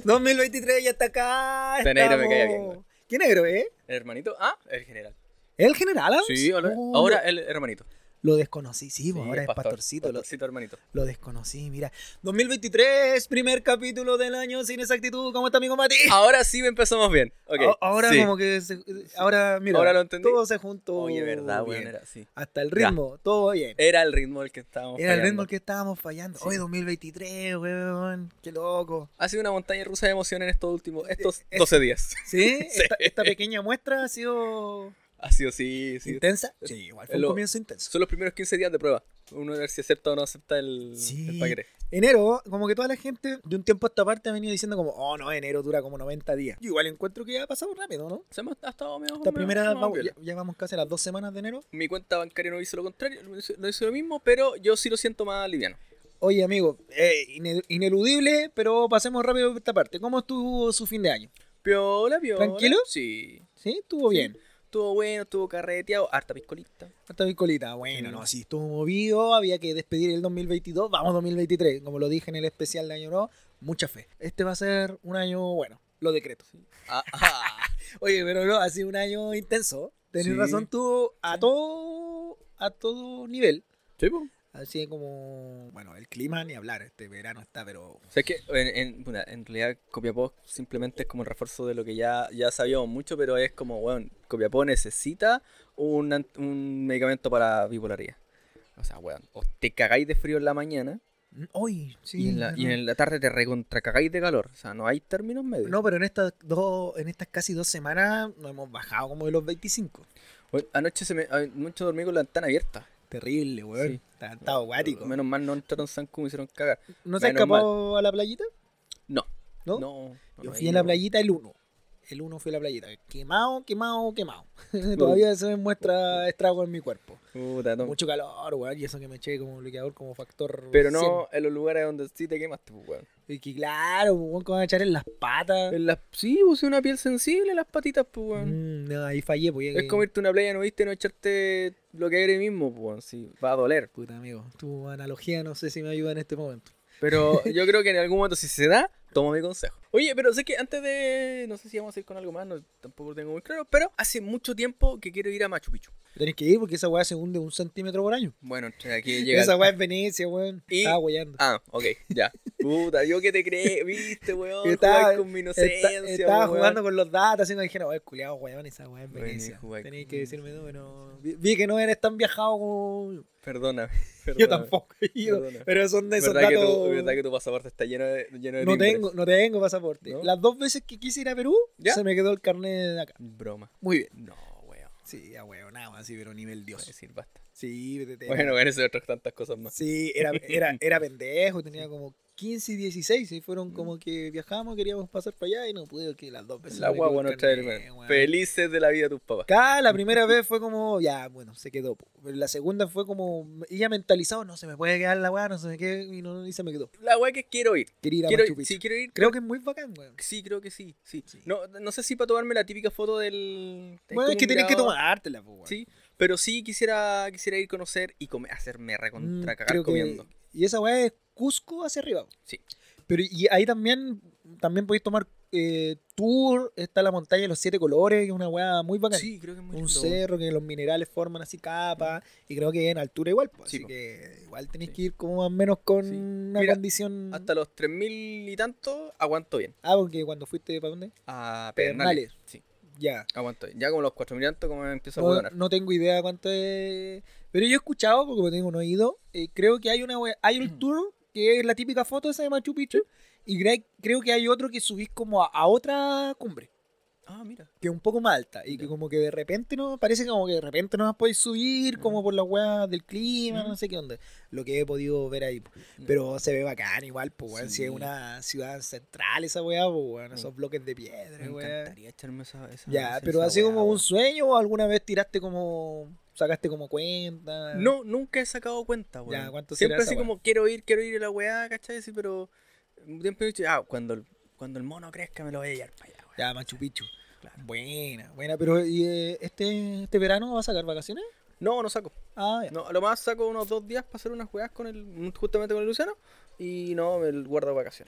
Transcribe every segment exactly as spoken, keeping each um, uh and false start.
dos mil veintitrés ya está acá. Este negro me estamos. caía bien, güey. ¿Qué negro, eh? ¿El hermanito? Ah, el general. ¿Es el general? Adams? Sí, ahora, Oh, ahora el hermanito. Lo desconocí, sí, pues Sí, ahora es pastor, pastorcito. Lo, Pastorcito hermanito. lo desconocí, mira. dos mil veintitrés, primer capítulo del año sin exactitud. ¿Cómo está, amigo Mati? Ahora sí empezamos bien. Okay, A- ahora sí. como que se- ahora mira, Ahora lo entendí. todo se juntó. Oye, verdad, bien. weón, era así. Hasta el ritmo, todo bien. Era el ritmo del que estábamos Era el fallando. ritmo el que estábamos fallando. Sí. Hoy dos mil veintitrés, weón, qué loco. Ha sido una montaña rusa de emoción en estos últimos, estos Es- doce días. ¿Sí? Sí. Esta, esta pequeña muestra ha sido Ha sido, sí, sí. intensa. Sí, igual fue un Lo- comienzo intenso. Son los primeros quince días de prueba. Uno a ver si acepta o no acepta el, Sí. el paquete. Enero, como que toda la gente de un tiempo a esta parte ha venido diciendo como, oh no, enero dura como noventa días. Yo igual encuentro que ha pasado rápido, ¿no? Se hemos ha estado medio, Esta medio- primera, medio vamos, piola. ya, ya vamos casi a las dos semanas de enero. Mi cuenta bancaria no hizo lo contrario, no hizo, no hizo lo mismo, pero yo sí lo siento más liviano. Oye, amigo, eh, ine- ineludible, pero pasemos rápido por esta parte. ¿Cómo estuvo su fin de año? Piola, piola. ¿Tranquilo? Sí. ¿Sí? ¿Estuvo Sí. bien? Estuvo bueno, estuvo carreteado, harta piscolita. Harta piscolita. Bueno, Sí. no, sí, estuvo movido, había que despedir el dos mil veintidós, vamos dos mil veintitrés, como lo dije en el especial de Año Nuevo, mucha fe. Este va a ser un año, bueno, lo decreto. Ah, ah. Oye, pero no, ha sido un año intenso. Tenés Sí. razón, tú a Sí. todo, a todo nivel. Sí, po. Así como, bueno, el clima ni hablar, este verano está, pero... O sea, es que en, en, puta, en realidad Copiapó simplemente es como el refuerzo de lo que ya, ya sabíamos mucho, pero es como, bueno, Copiapó necesita un, ant- un medicamento para bipolaridad. O sea, weón, o te cagáis de frío en la mañana Hoy, sí. y, en la, y verdad. en la tarde te recontra cagáis de calor. O sea, no hay términos medios. No, pero en estas dos, en estas casi dos semanas nos hemos bajado como de los veinticinco. Weón, anoche se me, a- mucho dormí con la ventana abierta. Terrible, weón. Sí. Está, está acuático. Menos mal no entraron Sanku y me hicieron cagar. ¿No se ha menos escapado a la playita? No. ¿No? No. no, Yo no fui he a la ido. playita el uno. El uno fui a la playita. Quemado, quemado, quemado. Todavía se me muestra estrago en mi cuerpo. Puta, no. Mucho calor, weón. Y eso que me eché como bloqueador, como factor. Pero no en los lugares donde sí te quemaste, pues, weón. cien. Y que claro, weón, ¿cómo van a echar en las patas? En las, sí, puse una piel sensible en las patitas, pues, weón. Mm, no, ahí fallé, pues. ya Es que- como irte a una playa, no viste, no echarte bloqueador ahí mismo, pues, weón. Sí, va a doler. Puta, amigo. Tu analogía no sé si me ayuda en este momento. Pero yo creo que en algún momento, si se da, toma mi consejo. Oye, pero sé que antes de. No sé si vamos a ir con algo más, no, tampoco lo tengo muy claro. Pero hace mucho tiempo que quiero ir a Machu Picchu. Tenés que ir porque esa weá se hunde un centímetro por año. Bueno, entre aquí llega. Esa weá es Venecia, weón. Y- Estaba weyando. Ah, ok, ya. Puta, yo que te creé, viste, weón. Yo estaba- Jugar con mi inocencia. Está- estaba weón. jugando con los datos, así que dijeron, oye, culiado, weón, esa weá es Bueno, Venecia. jugué Tenéis con- que decirme tú, pero. Vi, vi que no eres tan viajado como. yo. Perdóname. Yo perdóname. tampoco he ido. Perdona. Pero son de esos ¿Verdad que, datos. tu, ¿Verdad que tu pasaporte está lleno de, lleno de No timbres? tengo, no tengo pasaporte. ¿No? Las dos veces que quise ir a Perú, ¿Ya? se me quedó el carnet de acá. Broma. Muy bien. No, weón. Sí, a weón, nada más, sí, pero nivel Voy a Dios. decir basta. Sí, te- te- Bueno, bueno, eso y otras tantas cosas más. Sí, era, era, era pendejo, tenía como quince y dieciséis y fueron Mm. como que viajamos, queríamos pasar para allá y no pude, que las dos veces. La me quedó guagua el no trae carnet, el weón. Felices de la vida de tus papás. Acá la primera vez fue como, ya, bueno, se quedó. po. Pero la segunda fue como, ella mentalizado, no se me puede quedar la weá, no se me quede, y, no, y se me quedó. La weá que quiero ir. Quería ir a Quiero Machu ir. Picchu. Sí, quiero ir. Creo que es muy bacán, weón. Sí, creo que sí. sí. Sí. No, no sé si para tomarme la típica foto del. Bueno, es como que tenés que mirador. tomártela, po, weón. Sí, pero sí quisiera, quisiera ir a conocer y comer, hacerme Mm, recontra cagar creo que- comiendo. Y esa weá es Cusco hacia arriba. Sí. Pero y ahí también, también podéis tomar eh, tour, está la montaña de los siete colores, que es una weá muy bacán. Sí, creo que es muy Un lindo. cerro que los minerales forman así capas y creo que en altura igual, pues, Sí, así po. que igual tenéis Sí. que ir como más o menos con Sí. una Mira, condición. Hasta los tres mil y tanto aguanto bien. Ah, porque cuando fuiste para dónde? A Pedernales. Pedernales. Sí, Ya. aguanto bien. Ya como los cuatro mil y tanto como me empiezo a No, huevonar. no tengo idea cuánto es. Pero yo he escuchado, porque como tengo un oído, eh, creo que hay una wea- hay un tour que es la típica foto esa de Machu Picchu. Y cre- creo que hay otro que subís como a, a otra cumbre, Ah, mira. que es un poco más alta. Y que Ya. como que de repente no, parece como que de repente no las podéis subir, como Mm. por las weas del clima, Mm. no sé qué onda. Lo que he podido ver ahí. po. Pero se ve bacán igual, pues weón. Si Sí. es una ciudad central esa wea, pues weón, Mm. esos bloques de piedra, Me weón. encantaría echarme esa. esa Ya, esa- pero esa así weá, como un weón. sueño o alguna vez tiraste como. Sacaste como cuenta. No, nunca he sacado cuenta, weón. Ya, ¿cuánto Siempre será así esa como quiero ir, quiero ir a la weá, ¿cachai? Sí, pero un tiempo he dicho, ah, cuando el, cuando el mono crezca me lo voy a llevar para allá, weón. Ya, Machu Picchu. Claro. Buena, buena. Pero ¿y, eh, este, este verano vas a sacar vacaciones? No, no saco. Ah, ya. No, a lo más saco unos dos días para hacer unas weas con el, justamente con el Luciano. Y no, me guardo vacaciones.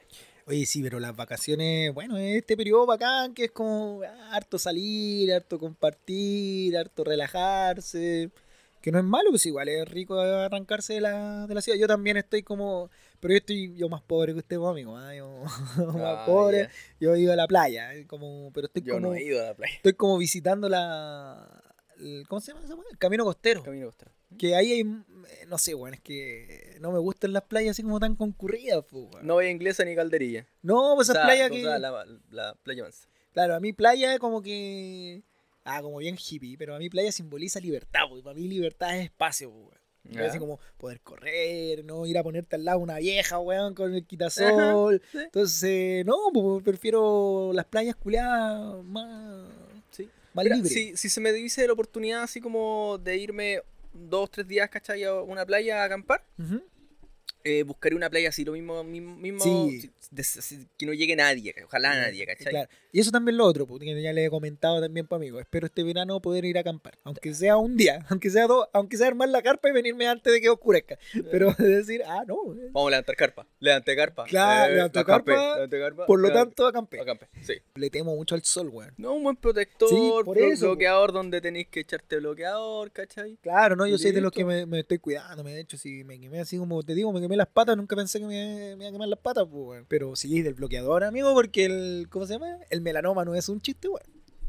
Oye, sí, pero las vacaciones, bueno, es este periodo bacán que es como ah, harto salir, harto compartir, harto relajarse. Que no es malo, pues igual es rico arrancarse de la, de la ciudad. Yo también estoy como. Pero yo estoy yo más pobre que usted, pues, amigo. ¿Ah? Yo más Ah, pobre. ya. Yo he ido a la playa. eh, Como, pero estoy Yo como. no he ido a la playa. Estoy como visitando la. el- ¿Cómo se llama esa weá? El camino costero. Camino costero. Que ahí hay. eh, No sé, weón, es que no me gustan las playas así como tan concurridas, pues, weón. No voy a Inglesa ni Calderilla. No, pues O esas sea, playas o que. sea, la, la playa mansa. Claro, a mí playa como que. Ah, como bien hippie, pero a mí playa simboliza libertad, porque para mí libertad es espacio, pues, weón. Ya. Así como poder correr, no ir a ponerte al lado de una vieja, weón, con el quitasol. Sí. Entonces, no, pues prefiero las playas culiadas más, Sí. más Mira, libres. si, si se me dice la oportunidad así como de irme dos, tres días, ¿cachai? A una playa a acampar, Ujú. eh, buscaré una playa así, lo mismo, mismo, mismo Sí. si- de- si- que no llegue nadie, ojalá nadie, ¿cachai? Claro. Y eso también lo otro, porque ya le he comentado también para amigo. Espero este verano poder ir a acampar, aunque sea un día, aunque sea dos, aunque sea armar la carpa y venirme antes de que oscurezca. Pero decir, ah, no, eh, Vamos a levantar carpa, levanté carpa. Claro, levanté acampé, carpa, levanté carpa, por lo levanté- tanto acampé. acampé, sí. Le temo mucho al sol, weón. No, un buen protector, Sí, por blo- eso. bloqueador donde tenéis que echarte bloqueador, ¿cachai? Claro, no, yo soy de los Listo. que me, me estoy cuidando, me de hecho, si me quemé así como te digo, me quemé las patas, nunca pensé que me, me iba a quemar las patas, pues, weón. Pero sí, del bloqueador, amigo, porque el, ¿cómo se llama? El melanoma no es un chiste, weón.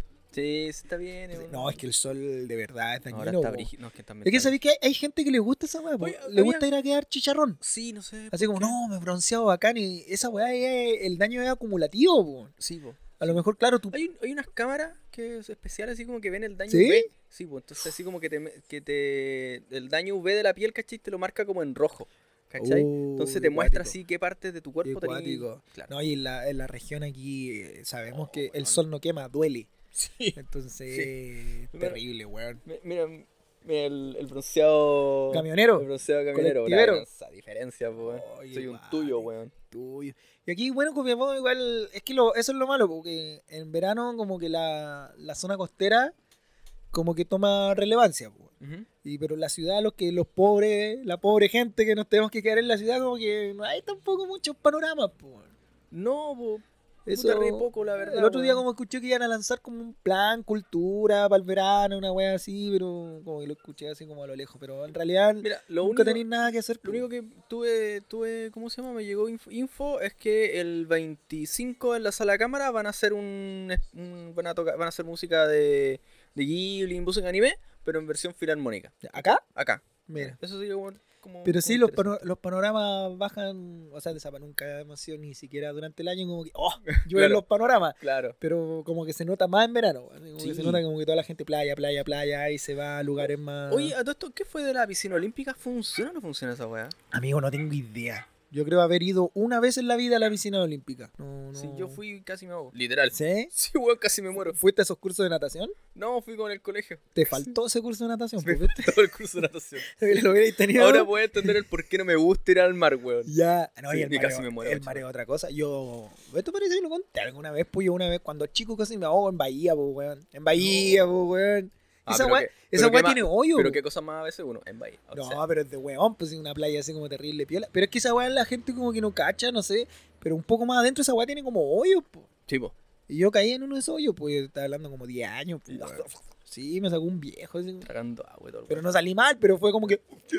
Sí, sí está bien. es un- No, es que el sol de verdad es Ahora dañino, está weón. brígido. No, es que también Es que está sabéis que hay, hay gente que le gusta esa weá, po. Oye, Le había- gusta ir a quedar chicharrón. Sí, no sé. Así por como, qué. no, me he bronceado bacán y esa weá es, el daño es acumulativo, po. Sí, po. A lo mejor, claro, tú... Hay, un- hay unas cámaras que es especiales así como que ven el daño ¿Sí? U V. Sí, pues entonces así como que te, me- que te el daño U V de la piel, ¿cachai? Te lo marca como en rojo. ¿Cachai? Oh, entonces qué te muestra cuático. así qué partes de tu cuerpo Qué tenés- cuático. Claro. No, y en la, en la región aquí eh, sabemos Oh, que el weón. sol no quema, duele. Sí. Entonces, terrible, weón. Mi- Mira, mira el, el bronceado. Camionero. El bronceado camionero. Colectivero. Una gran diferencia, po, weón. Oye, Soy un guay. tuyo, weón. Tuyo. Y aquí, bueno, Copiapó igual, es que lo, eso es lo malo, porque en verano como que la, la zona costera como que toma relevancia, po. Ujú. Y pero la ciudad, los que los pobres, la pobre gente que nos tenemos que quedar en la ciudad, como que no hay tampoco muchos panoramas, po. No, po. Eso, Puta, re poco, la verdad, el otro día weón. como escuché que iban a lanzar como un plan, cultura para el verano, una wea así, pero como que lo escuché así como a lo lejos, pero en realidad Mira, lo nunca único, tenéis nada que hacer. lo único que tuve, tuve, ¿cómo se llama? Me llegó info, info es que el veinticinco en la sala de cámara van a hacer un, un- van a tocar, van a hacer música de, de Ghibli, música anime, pero en versión filarmónica. ¿Acá? Acá. Mira. Eso sería como, como- Pero como sí, los, interesante. pano- los panoramas bajan, o sea, de Zapa nunca hemos sido ni siquiera durante el año como que, oh, llueven Claro. los panoramas. Claro. Pero como que se nota más en verano, así como que Sí. se nota como que toda la gente playa, playa, playa, y se va a lugares más... Oye, a todo esto, ¿qué fue de la piscina olímpica? ¿Funciona o no funciona esa weá? Amigo, no tengo idea. Yo creo haber ido una vez en la vida a la piscina olímpica. No, no... Sí, yo fui casi me ahogo. Literal. ¿Sí? Sí, weón, casi me muero. ¿Fuiste a esos cursos de natación? No, fui con el colegio. Te faltó ese curso de natación, Me pues, ¿viste? faltó el curso de natación. Lo hubierais tenido. Ahora puedo entender el por qué no me gusta ir al mar, weón. Ya, no, Sí, y el ni mareo, casi me muero, el macho. mareo es otra cosa. Yo, esto parece que lo conté alguna vez, pues yo una vez cuando chico casi me ahogo en Bahía, pues weón. En Bahía, pues weón. Ah, Esa pero weá, qué- esa pero weá qué tiene ma- hoyo. Pero po. qué cosa más a veces uno en Bahía. O No, sea, pero es de weón, pues es una playa así como terrible piola. Pero es que esa weá la gente como que no cacha, no sé. Pero un poco más adentro esa weá tiene como hoyos, pues. sí, po. Y yo caí en uno de esos hoyos, pues yo estaba hablando como diez años, pues. Ya. Sí, me sacó un viejo. así. Tragando agua y todo el Pero weón. no salí mal, pero fue como que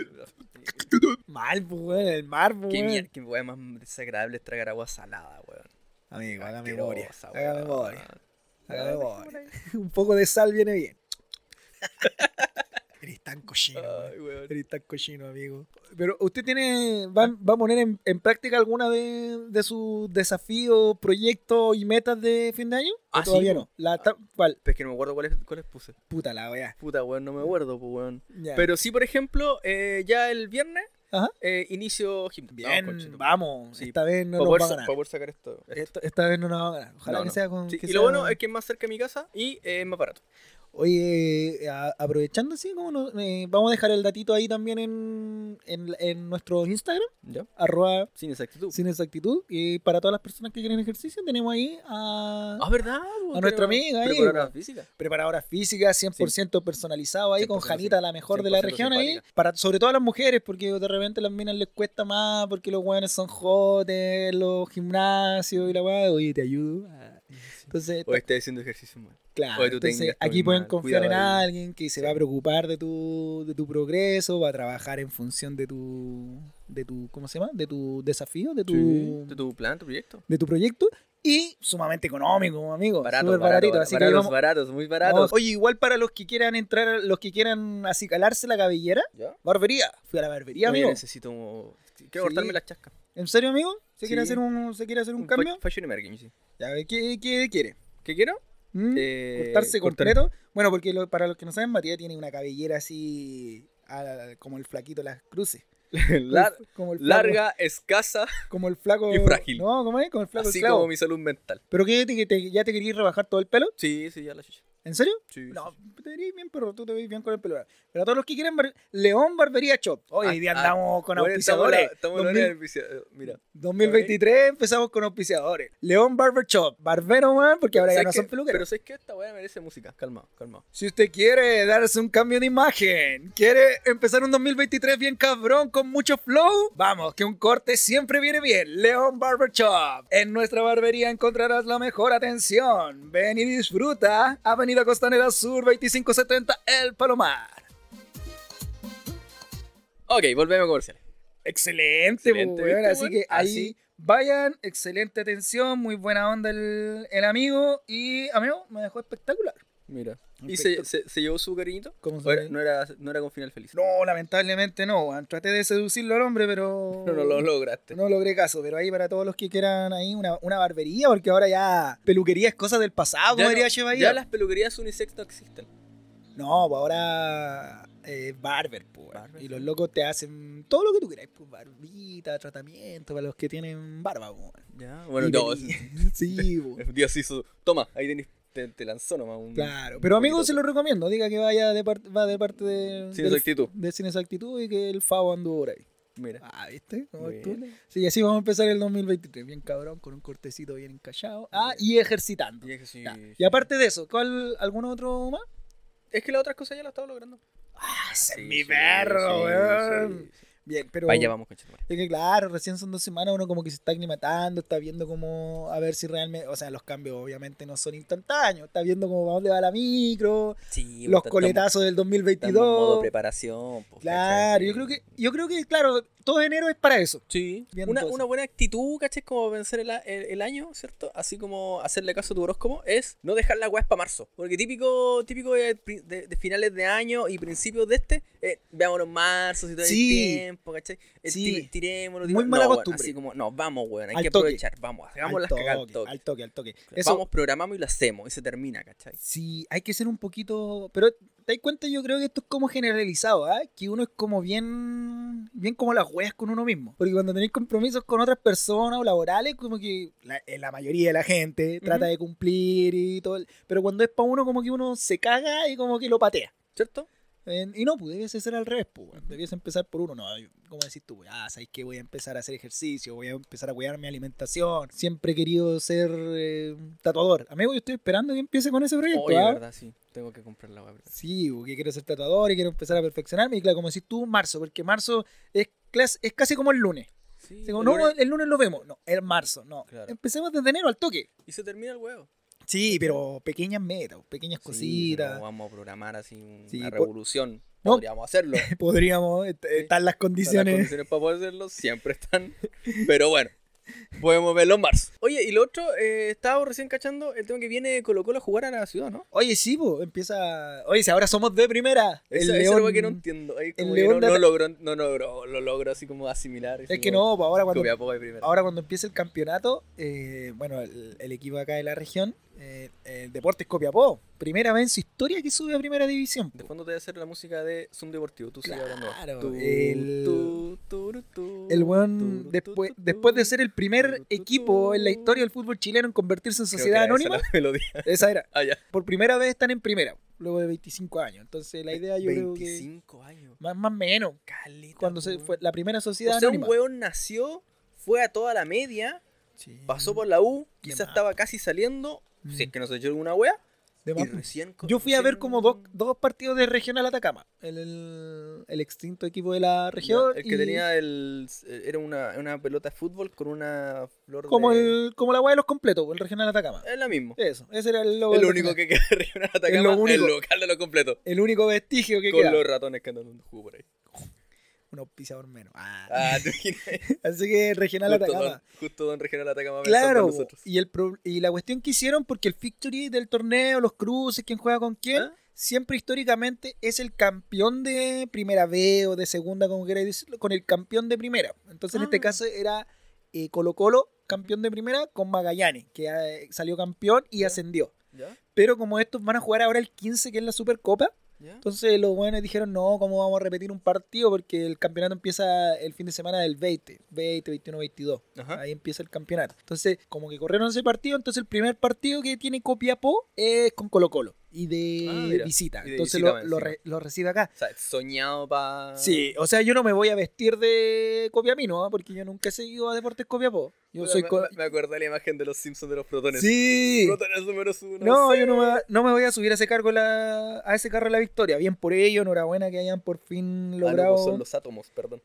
mal, pues weón, el mar, pues Qué weón. mierda, qué weá más desagradable es tragar agua salada, weón. Amigo, haga Asquerosa, memoria. weón. Haga memoria. Haga Ah, memoria. Un poco de sal viene bien. Eres tan cochino, Ay, weón. weón. Eres tan cochino, amigo. Pero usted tiene, va, va a poner en, en práctica alguna de, de sus desafíos, proyectos y metas de fin de año? ¿O Ah, sí, todavía po. no? La, ta- ¿Cuál? Pero es que no me acuerdo cuáles, cuáles puse. Puta la wea. Puta, weón, no me acuerdo, pues, weón. Ya. Pero sí, por ejemplo, eh, ya el viernes Ajá. eh, inicio gimnasio. Bien, vamos. Sí. Esta vez no para nos poder, va a sa- ganar. para poder sacar esto. esto. Esta, esta vez no nos va a ganar. Ojalá No, que no. sea con. Sí, que y lo sea- bueno es que es más cerca de mi casa y eh, es más barato. Oye, a- aprovechando así, como no- eh, vamos a dejar el datito ahí también en, en, en nuestro Instagram, ¿Ya? arroba Sin exactitud. sin exactitud. Y para todas las personas que quieren ejercicio, tenemos ahí a Ah, ¿verdad? A nuestra amiga ahí, Preparadora po. física. preparadora física cien por ciento personalizado ahí, con cien por ciento Janita, la mejor de la cien por ciento región ahí. simpática. Para, sobre todo a las mujeres, porque de repente a las minas les cuesta más, porque los weones son jotes, los gimnasios y la weá. Oye, te ayudo. Ah. Entonces, O estés haciendo ejercicio mal. claro, Oye, tú entonces tengas tu aquí misma pueden confiar en cuidado ahí. alguien que se Sí. va a preocupar de tu, de tu progreso, va a trabajar en función de tu, de tu, ¿cómo se llama? De tu desafío, de tu, Sí, de tu plan, tu proyecto. de tu proyecto, y sumamente económico, amigo, Barato, súper barato, baratito, barato, así que baratos, ahí vamos- baratos, muy vamos- baratos. Oye, igual para los que quieran entrar, los que quieran acicalarse la cabellera, ¿Ya? barbería, fui a la barbería, Oye, amigo. necesito... Quiero Sí. cortarme las chascas. ¿En serio, amigo? ¿Se quiere Sí. hacer un, se quiere hacer un fa- cambio? Fashion emergency. Ya, ¿qué, qué quiere? ¿Qué quiero? ¿Mm? Eh, ¿Cortarse cortar- completo? Bueno, porque lo- para los que no saben, Matías tiene una cabellera así a- como el flaquito de las cruces. Lar- Como el flaco- larga, escasa, como el flaco y frágil. No, ¿cómo es? Como el flaco así esclavo. como mi salud mental. ¿Pero qué? ¿Te- te- ¿Ya te querías rebajar todo el pelo? Sí, sí, ya la chucha. ¿En serio? Sí, No, sí, te verías bien, pero tú te ves bien con el pelo. Pero a todos los que quieren, bar- León Barbería Shop. Hoy, Ah, hoy día ah, andamos con Bueno, estamos en la- auspiciadores. Estamos en la dos mil hora del vicio- eh, Mira. dos mil veintitrés empezamos con auspiciadores. León Barber Shop. Barbero, man, porque ahora ya no ¿Sabes son qué? peluqueros. Pero ¿sabes qué? Esta weá merece música. Calmado, calmado. Si usted quiere darse un cambio de imagen, quiere empezar un dos mil veintitrés bien cabrón con mucho flow, vamos, que un corte siempre viene bien. León Barber Shop. En nuestra barbería encontrarás la mejor atención. Ven y disfruta. Avenida Costanera Sur veinticinco setenta, El Palomar. Ok, volvemos a comerciales. Excelente, Excelente, pues, weón. ¿viste, Así weón? que ahí Así. vayan, excelente atención, muy buena onda el, el amigo. Y, amigo, me dejó espectacular. Mira. Un ¿Y se, pecto- se, se llevó su cariñito? ¿Cómo se ¿O era- llama? no, era, no era con final feliz? No, lamentablemente no, weón. Traté de seducirlo al hombre, pero. No, no lo lograste. No logré caso, pero ahí para todos los que quieran ahí una, una barbería, porque ahora ya peluquería es cosa del pasado, como Ya, diría no- Che Bahía. ya las peluquerías unisex no existen. No, pues ahora eh, barber, pues. Barber, Y los sí. locos te hacen todo lo que tú quieras, pues barbita, tratamiento para los que tienen barba, pues. Ya, bueno, Y no. peli- Sí, pues. Dios hizo. Toma, ahí tenés, te, te lanzó nomás un. Claro, pero un amigo, poquito. se lo recomiendo. Diga que vaya de parte, va de parte de. Sin del- exactitud. De Sin Exactitud y que el Favo anduvo por ahí. Mira. Ah, ¿viste? ¿Cómo Muy estuvo? bien. Sí, así vamos a empezar el dos mil veintitrés. Bien cabrón, con un cortecito bien encallado. Ah, y ejercitando. Y es que sí, Ya. sí. Y aparte de eso, ¿cuál, ¿algún otro más? Es que las otras cosas ya las estaba logrando. Ah, ese Sí, es mi sí, perro, sí, weón. sí, sí. Bien, pero. Vaya, vamos, conchetumare. Es que claro, recién son dos semanas, uno como que se está aclimatando, está viendo cómo, a ver si realmente, o sea, los cambios obviamente no son instantáneos, está viendo cómo va dónde va la micro, Sí, los pues, coletazos del estamos- estamos en modo dos mil veintidós. preparación. pues, Claro, ¿cachai? yo creo que, yo creo que, claro, todo enero es para eso. Sí, Bien, una, entonces. una buena actitud, ¿cachai? Como vencer el, el, el año, ¿cierto? Así como hacerle caso a tu horóscopo, es no dejar la weá para marzo. Porque típico típico de, pri- de- de finales de año y principios de este, eh, veámonos marzo, si todo Sí. el tiempo, ¿cachai? Eh, Sí. tire- tirémonos, Muy tirémonos. mala No, weón, costumbre. así como, no, vamos, weón, hay Al que toque. aprovechar, vamos, hagamos Al las toque, cagadas al toque. al toque, al toque. Eso, Vamos, programamos y lo hacemos y se termina, ¿cachai? sí, hay que ser un poquito, pero te das cuenta, yo creo que esto es como generalizado, ¿ah? Que uno es como bien, bien como las weas con uno mismo. Porque cuando tenéis compromisos con otras personas o laborales, como que la, eh, la mayoría de la gente trata Ujú. de cumplir y todo. el- Pero cuando es para uno, como que uno se caga y como que lo patea. ¿Cierto? Eh, y no, pues debiese ser al revés, pues, weón. Debiese empezar por uno, no, como decís tú, weón, ah, sabes que voy a empezar a hacer ejercicio, voy a empezar a cuidar mi alimentación, siempre he querido ser eh, tatuador. Amigo, yo estoy esperando que empiece con ese proyecto, Oye, ¿ah? verdad, sí, tengo que comprar la weá. ¿verdad? Sí, porque quiero ser tatuador y quiero empezar a perfeccionarme, y claro, como decís tú, marzo, porque marzo es, clas- es casi como el lunes. Sí, Digo, el no, lunes- el lunes lo vemos, no, el marzo, no. Claro. Empecemos desde enero al toque. Y se termina el huevo. Sí, pero pequeñas metas, pequeñas Sí, cositas. no vamos a programar así un- Sí, una po- revolución. No. Podríamos hacerlo. Podríamos, est- están las Las condiciones. condiciones para poder hacerlo siempre están. Pero bueno, podemos verlo en marzo. Oye, y lo otro, eh, estaba recién cachando el tema que viene Colo Colo a jugar a la ciudad, ¿no? Oye, sí, pues, empieza. Oye, si ahora somos de primera. El Esa, esa es León. lo que no entiendo. Ahí como el que León no, de- no logró, no logró, lo logró así como asimilar. Es que no, pues ahora cuando, Copiapó de primera. ahora cuando empiece el campeonato, eh, bueno, el, el equipo acá de la región Eh, eh, Deportes Copiapó, primera vez en su historia que sube a primera división. De fondo te voy a hacer la música de Zoom Deportivo. Tú sigue hablando. Claro, Tú, el- tú, tú, tú, El weón, tú, después, tú, después de tú, ser el primer tú, tú, equipo en la tú. historia del fútbol chileno en convertirse en Creo sociedad que era anónima, esa la melodía. esa era. Ah, ya. Por primera vez están en primera, luego de veinticinco años. Entonces la idea yo creo que veinticinco años. más más menos, Caleta, cuando se weón. fue la primera sociedad O sea, un anónima. weón nació, fue a toda la media, Sí. pasó por la U, De quizás más. estaba casi saliendo, Mm. si es que no se echó alguna wea, De y más. recién... co- Yo fui a ver recién- como dos, dos partidos de Regional Atacama, el, el, el extinto equipo de la Ya, región. el que y tenía el... Era una, una pelota de fútbol con una flor como, de... el, como la weá de los completos, el Regional Atacama. Es la misma. Eso, ese era el logo Es lo del único Regional. que queda de Regional Atacama, lo único. el local de lo completo. El único vestigio que Con queda. los ratones que andan dando jugo por ahí. Un auspiciador menos. Ah. Ah, te imaginas. Así que Regional Justo Atacama. don, justo don Regional Atacama pensando en Claro, nosotros. y, el pro- y la cuestión que hicieron, porque el Victory del torneo, los cruces, quién juega con quién, ¿Ah? siempre históricamente es el campeón de primera B o de segunda, como queráis decirlo, con el campeón de primera. Entonces en este Ah. caso era eh, Colo Colo, campeón de primera, con Magallanes, que eh, salió campeón y Ya. ascendió. ¿Ya? Pero como estos van a jugar ahora el quince, que es la Supercopa, ¿Ya? entonces los buenos dijeron, no, ¿cómo vamos a repetir un partido? Porque el campeonato empieza el fin de semana del veinte, veinte, veintiuno, veintidós. Ajá. Ahí empieza el campeonato. Entonces, como que corrieron ese partido, entonces el primer partido que tiene Copiapó es con Colo Colo. Y de Ah, mira. visita. Y de Entonces visita lo, más lo, encima. re- lo recibe acá. O sea, soñado para... Sí, o sea, yo no me voy a vestir de Copiapino, ¿ah? Porque yo nunca he seguido a Deportes Copiapó. Yo soy... me, co- me, me acordé de la imagen de los Simpsons de los protones. Sí. Protones número uno. No, sí. yo no me, no me voy a subir a ese cargo la, a ese carro de la victoria. Bien por ello, enhorabuena que hayan por fin Ah, logrado. no, pues son los átomos, perdón.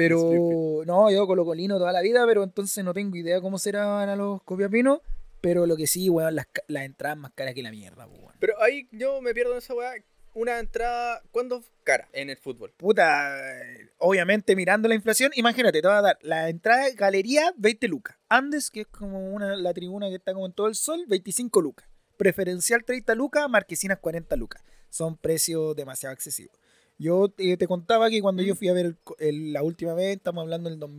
Pero no, yo colocolino toda la vida, pero entonces no tengo idea cómo serán a los copiapinos. Pero lo que sí, weón, las, ca- las entradas más caras que la mierda, pues, weón. Pero ahí yo me pierdo en esa weá. Una entrada, ¿cuándo cara en el fútbol? Puta, eh, obviamente mirando la inflación, imagínate, te va a dar la entrada galería veinte lucas. Andes, que es como una, la tribuna que está como en todo el sol, veinticinco lucas. Preferencial treinta lucas, marquesinas cuarenta lucas. Son precios demasiado excesivos. Yo eh, te contaba que cuando yo fui a ver el co- el- la última vez, estamos hablando del dos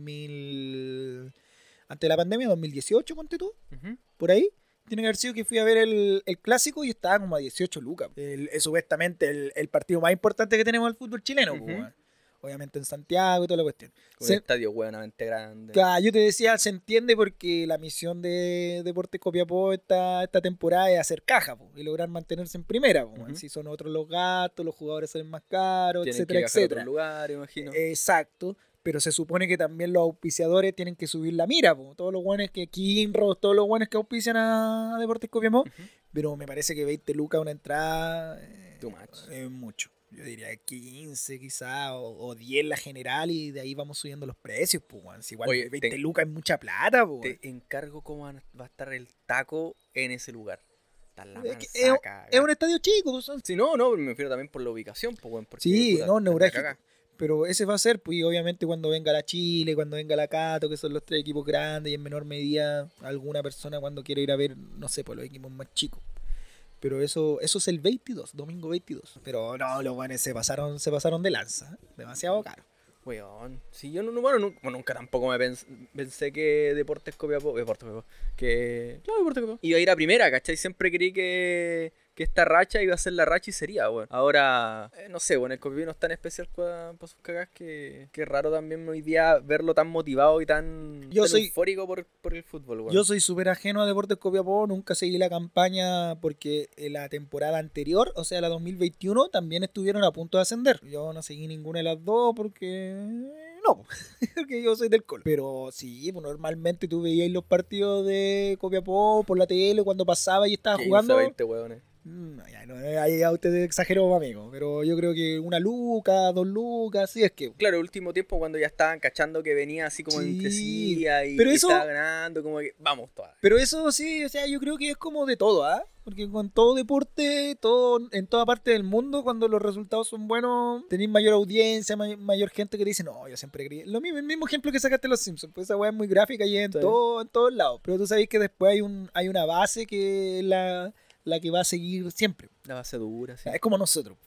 mil... Antes de la pandemia, dos mil dieciocho, ponte tú, Ujú. por ahí. Tiene que haber sido que fui a ver el, el clásico y estaba como a dieciocho lucas. El- es supuestamente el, el partido más importante que tenemos del fútbol chileno, pues, Ujú. weón. Obviamente en Santiago y toda la cuestión. Con Se- un estadio hueonamente grande. Claro, yo te decía, se entiende porque la misión de Deportes Copiapó esta, esta temporada es hacer caja po, y lograr mantenerse en primera. Po, Ujú. Si son otros los gastos, los jugadores salen más caros, Tienen etcétera, que viajar a etcétera. otro lugar, imagino. Exacto, pero se supone que también los auspiciadores tienen que subir la mira. Po. Todos los buenos que Kinross, todos los buenos que auspician a, a Deportes Copiapó, Ujú. pero me parece que veinte lucas una entrada eh, Too much. es mucho. Yo diría quince quizá, o, o diez la general, y de ahí vamos subiendo los precios, pues, weón. Si igual Oye, veinte te- lucas es mucha plata, pues, weón. Te encargo cómo van- va a estar el taco en ese lugar. Está la Es que mansa es- cagá. Es un estadio chico, pues, son- Si no, no, me refiero también por la ubicación, pues, weón, porque, Sí, puta, no, está la neurálgico. cagá. pero ese va a ser, pues, y obviamente cuando venga la Chile, cuando venga la Cato, que son los tres equipos grandes, y en menor medida alguna persona cuando quiere ir a ver, no sé, pues los equipos más chicos. Pero eso, eso es el veintidós, domingo veintidós. Pero no, los buenos se pasaron, se pasaron de lanza, ¿eh? Demasiado caro. Weón, si yo no, no- bueno, nu- bueno, nunca tampoco me pens- pensé que Deportes Copiapó, Deportes Copiapó, que, claro, Deportes Copiapó, iba a ir a primera, ¿cachai? Siempre creí que, que esta racha iba a ser la racha y sería, weón. Ahora, eh, no sé, bueno, el Copiapó no es tan especial para sus cagás que, que es raro también hoy día verlo tan motivado y tan, Yo tan soy- eufórico por, por el fútbol, weón. Yo soy súper ajeno a Deportes Copiapó, nunca seguí la campaña porque en la temporada anterior, o sea, la dos mil veintiuno, también estuvieron a punto de ascender. Yo no seguí ninguna de las dos porque... No, porque yo soy del Colo. Pero sí, pues normalmente tú veías los partidos de Copiapó por la tele cuando pasaba y estaba quince, jugando. veinte, weones. Mm, ya, no, ahí ya usted exageró, amigo. Pero yo creo que una luca, dos lucas, sí es que... Claro, el último tiempo cuando ya estaban cachando que venía así como en Sí, crecida y, pero y eso- estaba ganando, como que vamos todas. Pero eso sí, o sea, yo creo que es como de todo, ¿ah? Porque con todo deporte, todo en toda parte del mundo, cuando los resultados son buenos, tenéis mayor audiencia, may- mayor gente que dice, no, yo siempre creí. Lo mismo, el mismo ejemplo que sacaste de los Simpsons, pues esa weá es muy gráfica y es en, Sí. todo, en todos lados. Pero tú sabes que después hay un hay una base que es la, la que va a seguir siempre. La base dura, O sí. sea, es como nosotros, pues, weón.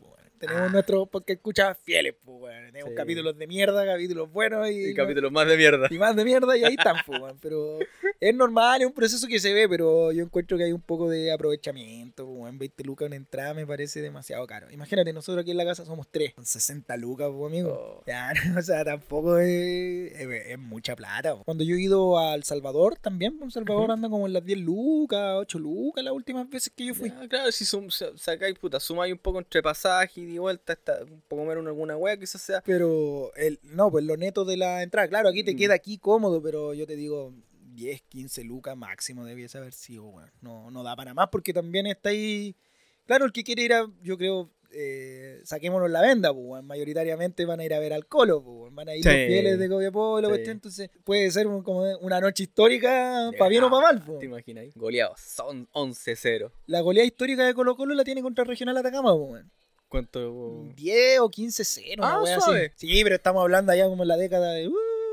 tenemos Ah. nuestros podcast escuchas fieles, pues, weón. Tenemos Sí. capítulos de mierda, capítulos buenos y, Y capítulos más de mierda. y más de mierda y ahí están, pues, weón. Pero es normal, es un proceso que se ve, pero yo encuentro que hay un poco de aprovechamiento, pues, weón. veinte lucas una entrada me parece demasiado caro. Imagínate, nosotros aquí en la casa somos tres, son sesenta lucas, pues, amigo. Oh. Ya, o sea, tampoco es, es, es mucha plata. Po. Cuando yo he ido a El Salvador también, pues, El Salvador Ujú. anda como en las diez lucas, ocho lucas las últimas veces que yo fui. Ya, claro, si sum, sa- sacáis, puta, sumáis un poco entre pasaje y de vuelta, está un poco menos alguna wea, quizás sea. Pero, el, no, pues lo neto de la entrada, claro, aquí te Mm. queda aquí cómodo, pero yo te digo, diez, quince lucas máximo debiese haber sido, weón. No, no da para más porque también está ahí, claro, el que quiere ir a, yo creo, eh, saquémonos la venda, pues, weón. Mayoritariamente van a ir a ver al Colo, pues, weón. Van a ir Sí. los fieles de Copiapó y la Sí. cuestión, entonces puede ser un- como una noche histórica, Ah, para bien o para mal, pues. ¿Te imaginas? Goleados, son once cero. La goleada histórica de Colo Colo la tiene contra el Regional Atacama, pues, weón. ¿Cuánto? diez o quince cero, una Ah, wea suave. así. Sí, pero estamos hablando allá como en la década de... uh,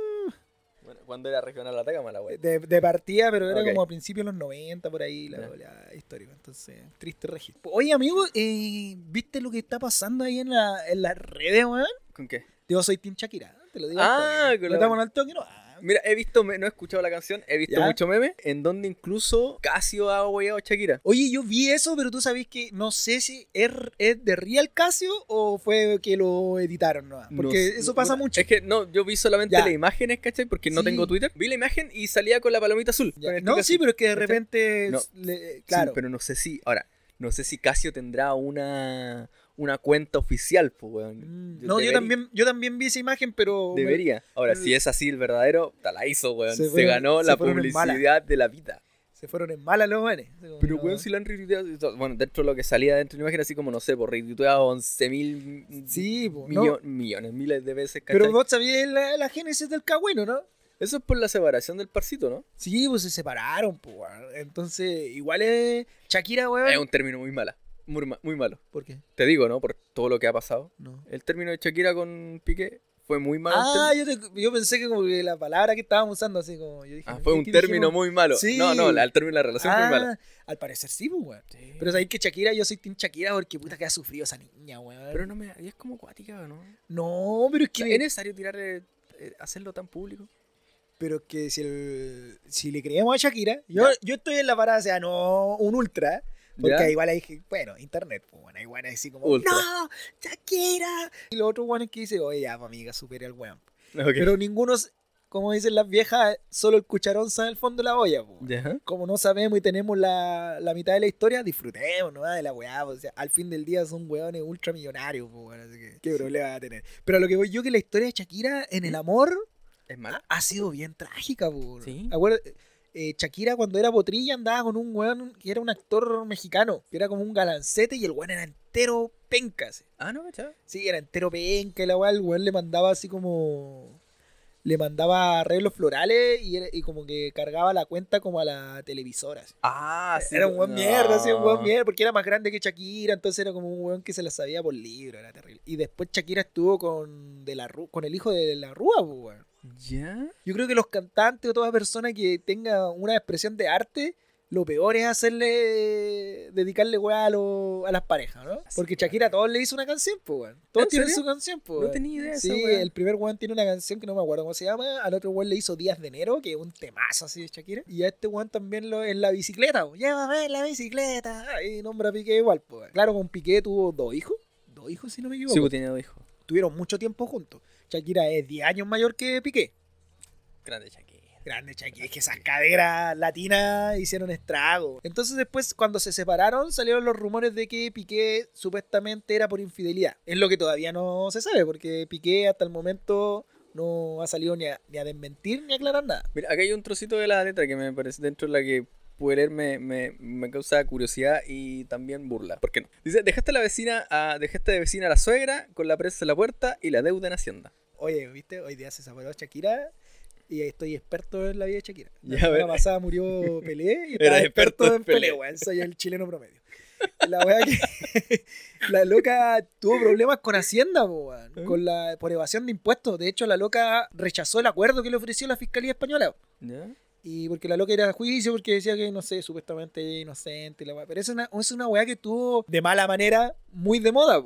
Bueno, ¿cuándo era regional Atacama la wea? de, de partida, pero era Ok. como a principios de los noventa, por ahí, la Ya. goleada histórica. Entonces, triste registro. Oye, amigo, eh, ¿viste lo que está pasando ahí en, la, en las redes, weón? ¿Con qué? Yo soy Team Shakira, te lo digo. Ah, al toque. con ¿Lo la- estamos al toque? No. Ah, Mira, he visto, me- no he escuchado la canción, he visto ¿Ya? mucho meme en donde incluso Casio ha hueado a Shakira. Oye, yo vi eso, pero tú sabes que no sé si es, es de Real Casio o fue que lo editaron, ¿no? Porque No sé, eso no- pasa puta, mucho. Es que no, yo vi solamente Ya. las imágenes, ¿cachai? Porque no Sí. tengo Twitter. Vi la imagen y salía con la palomita azul. Ya. con el No, sticker sí, azul, pero es que de ¿cachai? repente, No. le- Sí, claro. pero no sé si, ahora, no sé si Casio tendrá una, una cuenta oficial, pues, weón. Mm, Yo no, yo debería- también, yo también vi esa imagen, pero... me- Debería. Ahora, pero- si es así el verdadero, te la hizo, weón. Se Se, fueron- ganó se la fueron en mala. publicidad de la vida. Se fueron en malas los manes. Pero, No. weón, si la han retuiteado, bueno, dentro de lo que salía dentro de la imagen, así como, no sé, por retuiteado once mil Sí, po, millo- no. millones, miles de veces, ¿cachai? Pero vos sabías la, la génesis del cagüino, ¿no? Eso es por la separación del parcito, ¿no? Sí, pues se separaron, pues, weón. Entonces, igual es Shakira, weón. Es un término muy mala, muy, ma- muy malo. ¿Por qué? Te digo, ¿no? Por todo lo que ha pasado. No. El término de Shakira con Piqué fue muy malo. Ah, yo, te- yo pensé que como que la palabra que estábamos usando, así como yo dije. Ah, ¿qué- fue un qué término dijimos? muy malo. Sí. No, no, la- el término de la relación fue muy mala. Ah, al parecer sí, pues, weón. Sí. Pero sabéis que Shakira, yo soy Team Shakira porque puta que ha sufrido esa niña, weón. Pero no me. Y es como cuática, ¿no? No, pero es O sea, que. ¿Es necesario tirar. eh, eh, hacerlo tan público? Pero es que si, el- si le creemos a Shakira, yo, yo estoy en la parada, o sea, no un ultra, porque ¿Ya? igual hay, que- bueno, internet, pues bueno, hay guanes así como, Ultra. ¡no! ¡Shakira! Y los otros guanes que dicen, oye, ya, pa, amiga, supere al weón. Ok. Pero ninguno, s- como dicen las viejas, solo el cucharón sabe el fondo de la olla, pues. ¿Ya? Como no sabemos y tenemos la, la mitad de la historia, disfrutemos, ¿no? De la weá, pues, o sea, al fin del día son weones ultramillonarios, pues, bueno, así que, ¿qué problema va a tener? Pero a lo que voy yo, que la historia de Shakira en el amor ¿Es ha, mala? ha sido bien trágica, po. Sí. Acuérdate, eh, Shakira cuando era potrilla andaba con un weón que era un actor mexicano, que era como un galancete y el weón era entero penca. así. Ah, no, ¿cachai? Sí, era entero penca y la weá, el weón le mandaba así como... Le mandaba arreglos florales y, era- y como que cargaba la cuenta como a la televisora. así. Ah, sí. Era un buen no. mierda, así, un buen mierda, porque era más grande que Shakira, entonces era como un weón que se la sabía por libro, era terrible. Y después Shakira estuvo con, de la, Ru- con el hijo de la Rúa, pues, weón. ¿Ya? Yo creo que los cantantes o toda persona que tenga una expresión de arte, lo peor es hacerle, dedicarle weá a, lo- a las parejas, ¿no? Sí, Porque weón. Shakira a todos le hizo una canción, pues, weón. Todos ¿En tienen serio? su canción, pues. No weón. tenía idea de Sí, esa weá. el primer weón tiene una canción que no me acuerdo cómo se llama, al otro weón le hizo Días de Enero, que es un temazo así de Shakira. Y a este weón también lo, en la bicicleta, pues. Llévame en la bicicleta. Y nombra a Piqué igual, pues. weón. Claro, con Piqué tuvo dos hijos. Dos hijos, si no me equivoco. Sí, pues tiene dos hijos. Tuvieron mucho tiempo juntos. Shakira es diez años mayor que Piqué. Grande Shakira. Grande Shakira, es que esas caderas latinas hicieron estrago. Entonces después cuando se separaron salieron los rumores de que Piqué supuestamente era por infidelidad. Es lo que todavía no se sabe porque Piqué hasta el momento no ha salido ni a, ni a desmentir ni a aclarar nada. Mira, acá hay un trocito de la letra que me parece dentro de la que pude leer me, me, me causa curiosidad y también burla. ¿Por qué no? Dice, dejaste a la vecina a, dejaste de vecina a la suegra con la presa en la puerta y la deuda en Hacienda. Oye, ¿viste? Hoy día se separó Shakira y estoy experto en la vida de Shakira. La Ya, a ver. semana pasada murió Pelé y Era estaba experto experto en en Pelé, Pelé. weón. Soy el chileno promedio. La weá que la loca tuvo problemas con Hacienda, po, weón, ¿Eh? con la, por evasión de impuestos. De hecho, la loca rechazó el acuerdo que le ofreció la Fiscalía Española. ¿Ya? Y porque la loca era a juicio, porque decía que, no sé, supuestamente ella inocente. Y la weá. Pero es una, es una weá que estuvo de mala manera muy de moda, po, weón.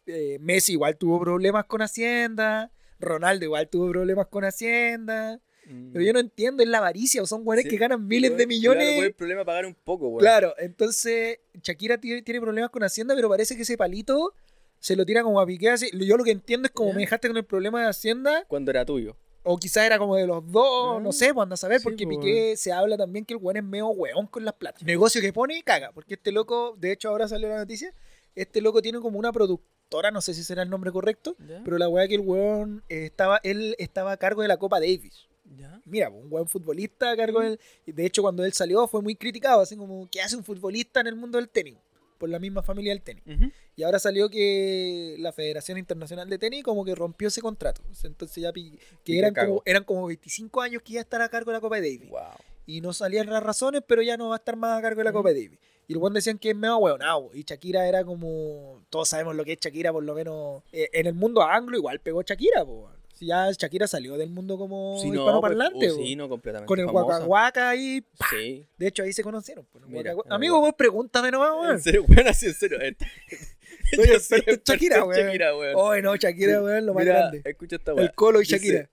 eh, Messi igual tuvo problemas con Hacienda, Ronaldo igual tuvo problemas con Hacienda. Mm. Pero yo no entiendo, es la avaricia, o son güeyes Sí, que ganan miles weón, de millones. Claro, pues, el problema es pagar un poco, weón. Claro, entonces Shakira tiene, tiene problemas con Hacienda, pero parece que ese palito se lo tira como a Piqué. Así. Yo lo que entiendo es como ¿Ya? me dejaste con el problema de Hacienda, Cuando era tuyo. o quizás era como de los dos, Ah, no sé, pues anda a saber, sí, porque pues, Piqué se habla también que el weón es medio weón con las plata. Negocio que pone y caga, porque este loco, de hecho ahora salió la noticia, este loco tiene como una productora, no sé si será el nombre correcto, ¿Ya? pero la weá que el weón eh, estaba, él estaba a cargo de la Copa Davis. ¿Ya? Mira, un buen futbolista a cargo del... De hecho, cuando él salió fue muy criticado, así como, ¿qué hace un futbolista en el mundo del tenis? Por la misma familia del tenis. Ujú. Y ahora salió que la Federación Internacional de Tenis como que rompió ese contrato. Entonces ya pi- que Piqué eran cagó. como, eran como veinticinco años que iba a estar a cargo de la Copa Davis. Wow. Y no salían las razones, pero ya no va a estar más a cargo de la Ujú. Copa Davis. Y el buen decían que es medio hueonado. Y Shakira era como... Todos sabemos lo que es Shakira, por lo menos... eh, en el mundo anglo igual pegó Shakira, po. Si ya Shakira salió del mundo como Sí, no, hispanoparlante, pues, po. uh, sí, no, completamente Con el famosa. Waka Waka ahí. ¡pa! Sí. De hecho, ahí se conocieron. Pues, el Mira, Waka Waka. ah, Amigo, bueno. vos pregúntame nomás, En weón. serio, weón, así en serio. Eh, Soy yo experto en Shakira, en weón. Shakira, weón. Ay, no, Shakira, weón, lo más Mira, grande. escucha esta weón. El Colo y Dice- Shakira.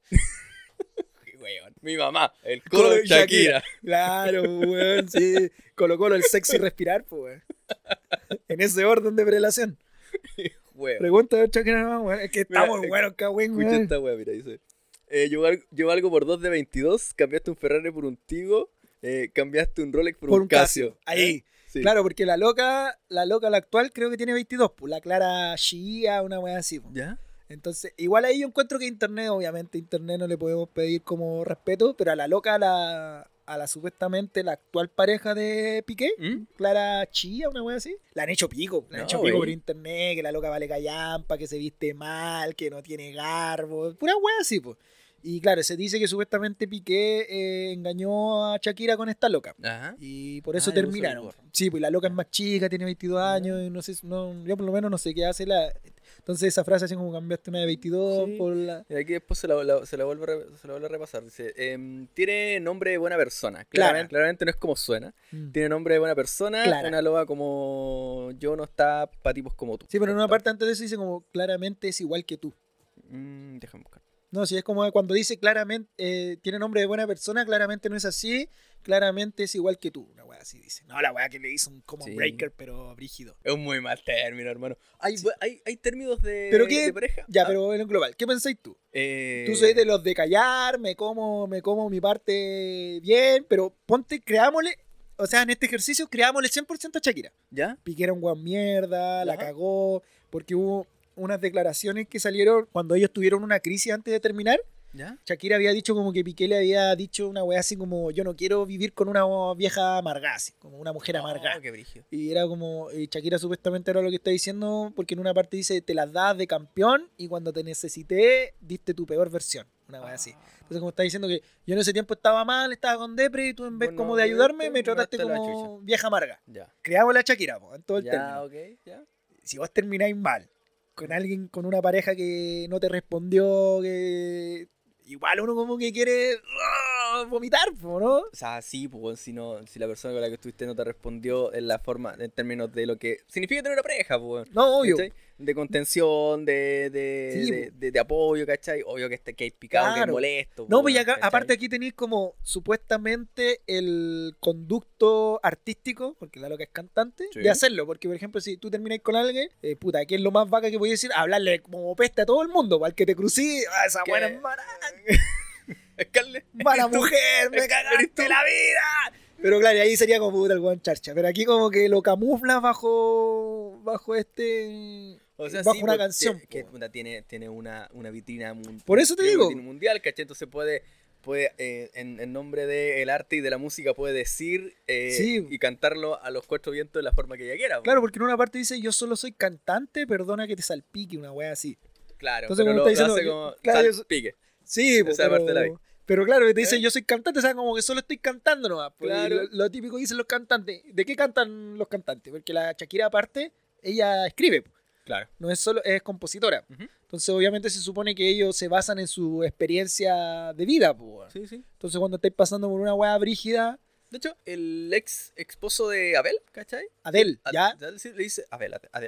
Weón, mi mamá, el Colo y Shakira. Claro, weón, sí. Colo Colo, el sexy respirar, pues, weón. En ese orden de prelación. Weón. Pregunta de Shakira nomás, weón. Es que Mira, estamos eh, buenos, cagüín, Escucha weón. esta weá, mira, dice. Eh, yo, val- yo valgo por dos de veintidós, cambiaste un Ferrari por un Tigo, eh, cambiaste un Rolex por, Por un un Casio. Casio. Ahí. ¿Eh? Sí. Claro, porque la loca, la loca, la actual, creo que tiene veintidós, pues. La Clara Shia, una weá así, pues. ¿Ya? Entonces, igual ahí yo encuentro que Internet, obviamente, Internet no le podemos pedir como respeto, pero a la loca, a la, a la supuestamente la actual pareja de Piqué, ¿Mm? Clara Chía, una wea así, la han hecho pico, la han No, hecho pico wey. por Internet, que la loca vale callampa, que se viste mal, que no tiene garbo, pura wea así, pues. Y claro, se dice que supuestamente Piqué eh, engañó a Shakira con esta loca. Ajá. Y por eso Ah, le puso el terminaron. gorro. Sí, pues la loca es más chica, tiene veintidós Ya. años, y no sé, no, yo por lo menos no sé qué hace la... Entonces esa frase así como cambiaste una de veintidós Sí. por la... Y aquí después se la, la- se la vuelve, a re- se la vuelve a repasar. Dice, em, tiene nombre de buena persona. Clara. Claramente, claramente no es como suena. Mm. Tiene nombre de buena persona. Clara. Una loba como yo no está para tipos como tú. Sí, pero en una parte antes de eso dice como claramente es igual que tú. Mm, déjame buscar. No, si es como cuando dice claramente, eh, tiene nombre de buena persona, claramente no es así, claramente es igual que tú. Una weá así dice. No, la weá que le hizo un common Sí. breaker, pero brígido. Es un muy mal término, hermano. ¿Hay, Sí. hay, hay términos de, ¿Pero qué? de pareja? Ya, Ah, pero en el global, ¿qué pensáis tú? eh, Tú sois de los de callar, me como, me como mi parte bien, pero ponte, creámosle, o sea, en este ejercicio, creámosle cien por ciento a Shakira. ¿Ya? Piqué era un guan mierda, la Ajá. cagó, porque hubo unas declaraciones que salieron cuando ellos tuvieron una crisis antes de terminar. ¿Ya? Shakira había dicho como que Piqué le había dicho una weá así como yo no quiero vivir con una vieja amargada, así, como una mujer amargada. Oh, qué brígido. Y era como, y Shakira supuestamente era lo que está diciendo, porque en una parte dice, te las das de campeón y cuando te necesité, diste tu peor versión. Una weá así. Entonces como está diciendo que yo en ese tiempo estaba mal, estaba con depre y tú en vez Bueno, como de ayudarme, vete, me trataste mandaste la como vieja amarga. Ya. Creamos la Shakira, po, en todo el Ya, término. ok, ya. Si vos termináis mal, con alguien, con una pareja que no te respondió, que igual uno como que quiere ah, vomitar, po, ¿no? O sea, sí, pues, si, no, si la persona con la que estuviste no te respondió en la forma, en términos de lo que significa tener una pareja, pues. No, obvio. ¿Cachai? De contención, de, de, Sí, de, de- de apoyo, ¿cachai? Obvio que, este, que hay picado, que es Claro. molesto. No, po, pues y acá, ¿cachai? aparte aquí tenéis como supuestamente el conducto artístico, porque la loca es cantante, Sí. de hacerlo. Porque, por ejemplo, si tú termináis con alguien, eh, puta, ¿qué es lo más vaca que podéis decir? Hablarle como peste a todo el mundo, al que te crucí, ah, esa ¿Qué? buena es mala, Scarlett, mala ¿eres tú? mujer, me ¿Eres cagaste tú? la vida. Pero claro, y ahí sería como puta el buen charcha. Pero aquí como que lo camuflas bajo, bajo este... O sea, bajo sí, una pues, canción. Que, que, po. puta, tiene, tiene una, una vitrina mundial. Por eso te digo. mundial, ¿cachai? Entonces puede, puede eh, en, en nombre del arte y de la música, puede decir eh, Sí. y cantarlo a los cuatro vientos de la forma que ella quiera. po. Claro, porque en una parte dice, yo solo soy cantante, perdona que te salpique, una wea así. Claro, Entonces, pero como lo, está lo diciendo, hace como claro, yo- salpique. Sí, pues, Esa parte la vi. pero, pero claro, te dice ¿Eh? yo soy cantante, o sea, como que solo estoy cantando nomás. Pues, Claro. lo, lo típico que dicen los cantantes. ¿De qué cantan los cantantes? Porque la Shakira aparte, ella escribe, pues, Claro. no es solo, es compositora. Ujú. Entonces obviamente se supone que ellos se basan en su experiencia de vida, pues. Sí, sí. Entonces cuando estáis pasando por una weá brígida, De hecho, el ex esposo de Abel, ¿cachai? Adele, A- ¿ya? Adele sí, le dice Abel, Adele.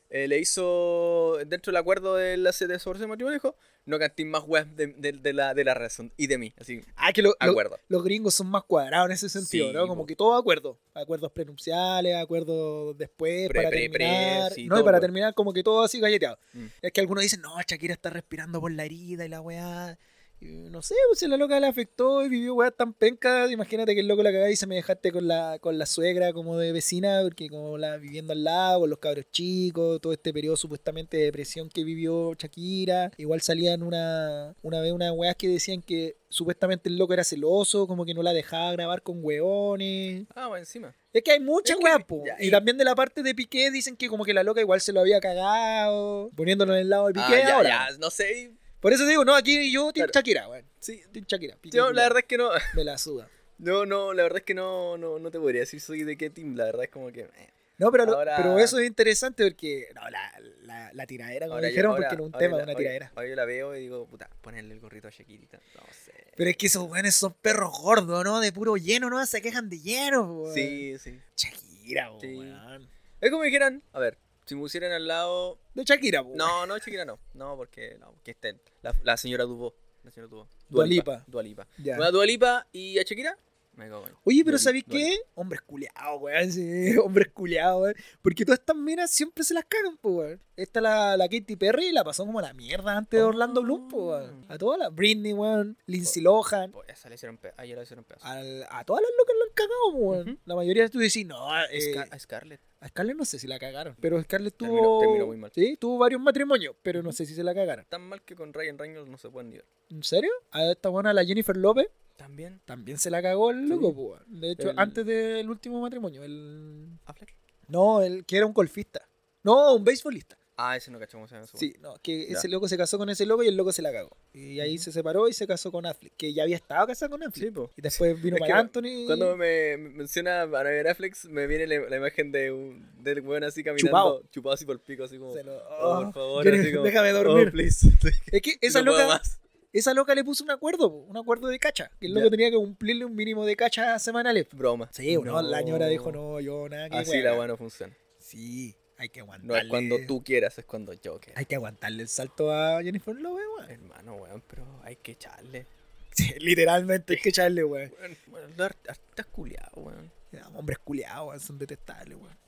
eh, le hizo, dentro del acuerdo de la de sobre ese matrimonio, dijo, no cantéis más weas de, de, de la, de la razón y de mí. Así, Ah, que lo- lo- acuerdo. los gringos son más cuadrados en ese sentido, Sí, ¿no? Como po. que todo acuerdo. Acuerdos prenupciales, acuerdos después, Pre- para pre- pre, terminar. sí, no, y todo, para weón. terminar como que todo así galleteado. Mm. Es que algunos dicen, no, Shakira está respirando por la herida y la weá. Y no sé, pues si la loca le afectó y vivió weá tan penca. Imagínate que el loco la cagá y se me dejaste con la, con la suegra como de vecina, porque como la viviendo al lado, con los cabros chicos, todo este periodo supuestamente de depresión que vivió Shakira. Igual salían una, una vez unas weas que decían que supuestamente el loco era celoso, como que no la dejaba grabar con weones. Ah, bueno, encima. Es que hay muchas Es que- weas, po. ya, Y y- también de la parte de Piqué dicen que como que la loca igual se lo había cagado, poniéndolo en el lado de Piqué Ah, ya, ahora. ya, no sé. Por eso digo, no, aquí yo Team Claro. Shakira, weón. Sí, Team Shakira. Piqué, yo, la culiao. verdad es que no. Me la suda. No, no, la verdad es que no, no, no te podría decir soy de qué team. La verdad es como que. eh. No, pero, lo- Ahora- pero eso es interesante porque. No, la, la, la tiradera, como Ahora yo- dijeron, ahora- porque no es un ahora tema, la- es una ahora- tiradera. Ahora yo la veo y digo, puta, ponerle el gorrito a Shakirita. No sé. Pero es que esos weones son perros gordos, ¿no? De puro lleno, ¿no? Se quejan de lleno, weón. Sí, sí. Shakira, Sí. weón. Es como dijeran, a ver, si me pusieran al lado. De Shakira, weón. No, no, Shakira no. No, porque, no, porque estén. La, la señora Dubó. La señora Dubó. Dua Lipa. Dua Lipa. Ya. Una Dua Lipa y a Shakira, me cago en. Oye, pero Dua- ¿sabéis Dua qué? Lipa. Hombres culiados, weón. Sí, hombres culiados, weón. Porque todas estas minas siempre se las cagan, pues, weón. Esta, la, la Katy Perry, la pasó como la mierda antes de Orlando Bloom, pues, weón. A todas las. Britney, weón. Lindsay Lohan. Pues esa le hicieron pe- a ella le hicieron pedazo. Al- a todas las locas la han cagado, pues, weón. Ujú. La mayoría tú decís, no, eh, Scar- a Scarlett. a Scarlett no sé si la cagaron. Pero Scarlett tuvo. Terminó- terminó muy mal. Sí, tuvo varios matrimonios, pero no sé si se la cagaron. Tan mal que con Ryan Reynolds no se pueden ni ver. ¿En serio? A esta buena, la Jennifer López, También. también se la cagó el loco, Sí. pues, weón. De hecho, El- antes del último matrimonio, el. Affleck. No, el que era un golfista. No, un beisbolista. Ah, ese no cachamos. ese no se Sí, no, que Ya. ese loco se casó con ese loco y el loco se la cagó. Y ahí Ujú. se separó y se casó con Affleck, que ya había estado casado con Affleck. Sí, po. Y después vino Es que para Anthony. Cuando me me menciona a Ben Affleck, me viene la, la imagen de un, del weón así caminando, Chupado. chupado, así por el pico, así como, Se lo- oh, oh, por favor, quiere- así como, déjame dormir. oh, please. Es que esa No puedo loca, más. esa loca le puso un acuerdo, po, un acuerdo de cacha. Que el Ya. loco tenía que cumplirle un mínimo de cacha semanales. Broma. Sí, no, la señora dijo, no, yo nada que Así wea. la weá no funciona. Sí, hay que aguantarle. No es cuando tú quieras, es cuando yo quiera. Hay que aguantarle el salto a Jennifer López, weón. Hermano, weón, pero hay que echarle. Sí, literalmente hay que echarle, weón. Weón, bueno, los art- artistas culiados, weón. Hombres culiados, weón, son detestables, weón.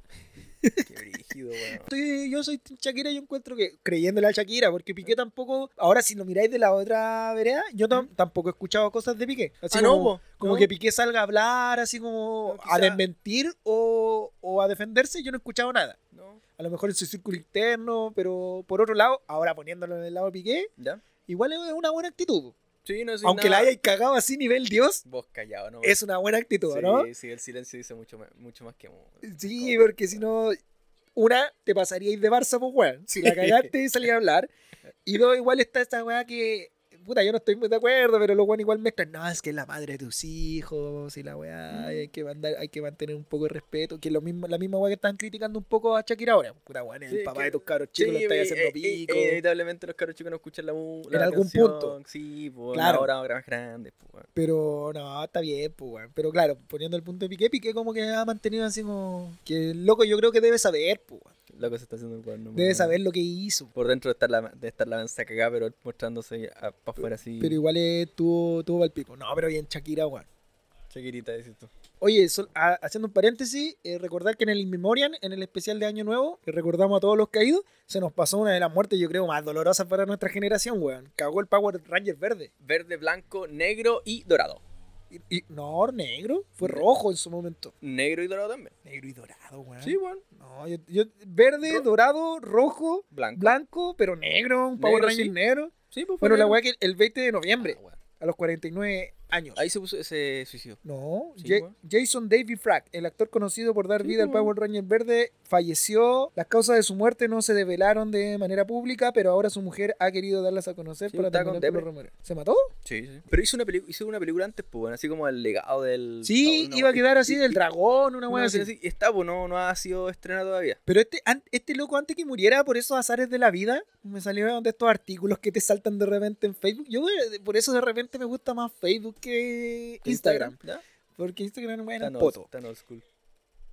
Qué brígido, weón. Estoy- yo soy Team Shakira y yo encuentro que, creyéndole a Shakira, porque Piqué tampoco, ahora si lo miráis de la otra vereda, yo tam- tampoco he escuchado cosas de Piqué. Así Ah, no, como, po, como no. que Piqué salga a hablar, así como No, a quizá- desmentir o, o a defenderse, yo no he escuchado nada. ¿No? A lo mejor en su círculo interno, pero por otro lado, ahora poniéndolo en el lado de Piqué, ¿Ya? igual es una buena actitud. Sí, no sé. Aunque la hayáis cagado así nivel Dios, Vos callado, ¿no? es una buena actitud, sí, ¿no? Sí, el silencio dice mucho, ma- mucho más que... mo- Sí, porque si no, una, te pasaríais de Barça, pues, weón. Si la cagaste y salí a hablar. Y dos, igual está esta weá que, puta, yo no estoy muy de acuerdo, pero los weón igual mezclan, no, es que es la madre de tus hijos y la weá, y hay que, mandar, hay que mantener un poco de respeto, que es lo mismo, la misma weá que están criticando un poco a Shakira ahora. Puta, weón, es el Sí, papá que- de tus cabros chicos, lo Sí, estáis eh, haciendo eh, pico. eh, inevitablemente los caros chicos no escuchan la, mu- En la algún canción. punto. Sí, pues Claro. ahora más grande, pues. weón. Pero no, está bien, pues, weón. Pero claro, poniendo el punto de Piqué, Piqué como que ha mantenido así como. Que el loco yo creo que debe saber, pues, weón. Loco se está haciendo el weón. no, Debe weón. saber lo que hizo. Por dentro de estar la, de estar la mansa cagada, pero él mostrándose para afuera así. Pero igual eh, tuvo, tuvo al pico. No, pero bien, Shakira, weón. Shakirita, dices tú. Oye, sol- a- haciendo un paréntesis, eh, recordar que en el In Memoriam, en el especial de Año Nuevo, que recordamos a todos los caídos, se nos pasó una de las muertes, yo creo, más dolorosas para nuestra generación, weón. Cagó el Power Ranger verde. Verde, blanco, negro y dorado. Y, y- no, negro, fue Ne- rojo en su momento. Negro y dorado también. Negro y dorado, weón. Sí, weón. No, yo, yo- verde, Ro- dorado, rojo, Blanco. blanco, pero negro, un Power Negro, Ranger sí. negro. Sí, pues fue Bueno, la negro. weá que el veinte de noviembre, Ah, weón. a los cuarenta y nueve años. Ahí se puso ese suicidio. No, Sí, Ja- weón. Jason David Frack, el actor conocido por dar Sí, vida al weón. Power Ranger verde, falleció. Las causas de su muerte no se develaron de manera pública, pero ahora su mujer ha querido darlas a conocer Sí, para está con terminar con los depre. rumores. ¿Se mató? Sí, sí. Pero hizo una, peli- hizo una película antes, pues, bueno, así como el legado del. Sí, una- iba a quedar así y- del y- dragón, una una weá así, así. así. Y está, pues, no, no ha sido estrenado todavía. Pero este, an- este loco, antes que muriera por esos azares de la vida, me salieron de estos artículos que te saltan de repente en Facebook. Yo, eh, por eso de repente me gusta más Facebook que Instagram. ¿Ya? Porque Instagram, bueno, Tan es old, poto. tan old school.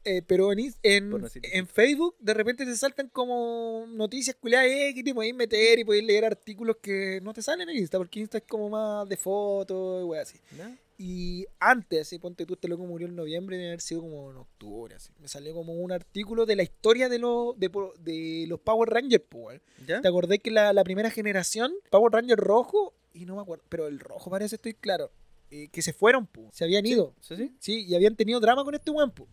Eh, pero en, Ins- en, Por no decir en Facebook de repente te saltan como noticias culiadas eh, que te podéis meter y podéis leer artículos que no te salen en Insta, porque Insta es como más de fotos y wey así. ¿Ya? Y antes, así, ponte tú, este loco murió en noviembre, debe haber sido como en octubre, así. Me salió como un artículo de la historia de los, de, po- de los Power Rangers, pues, weón. ¿Ya? ¿Te acordás que la, la primera generación, Power Ranger rojo, y no me acuerdo, pero el rojo parece, estoy claro, eh, que se fueron, pues, se habían ido. ¿Sí? ¿Sí? Sí, y habían tenido drama con este weón, po,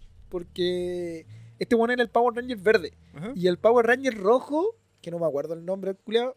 porque este weón era el Power Ranger verde. Ajá. Y el Power Ranger rojo, que no me acuerdo el nombre del culiao,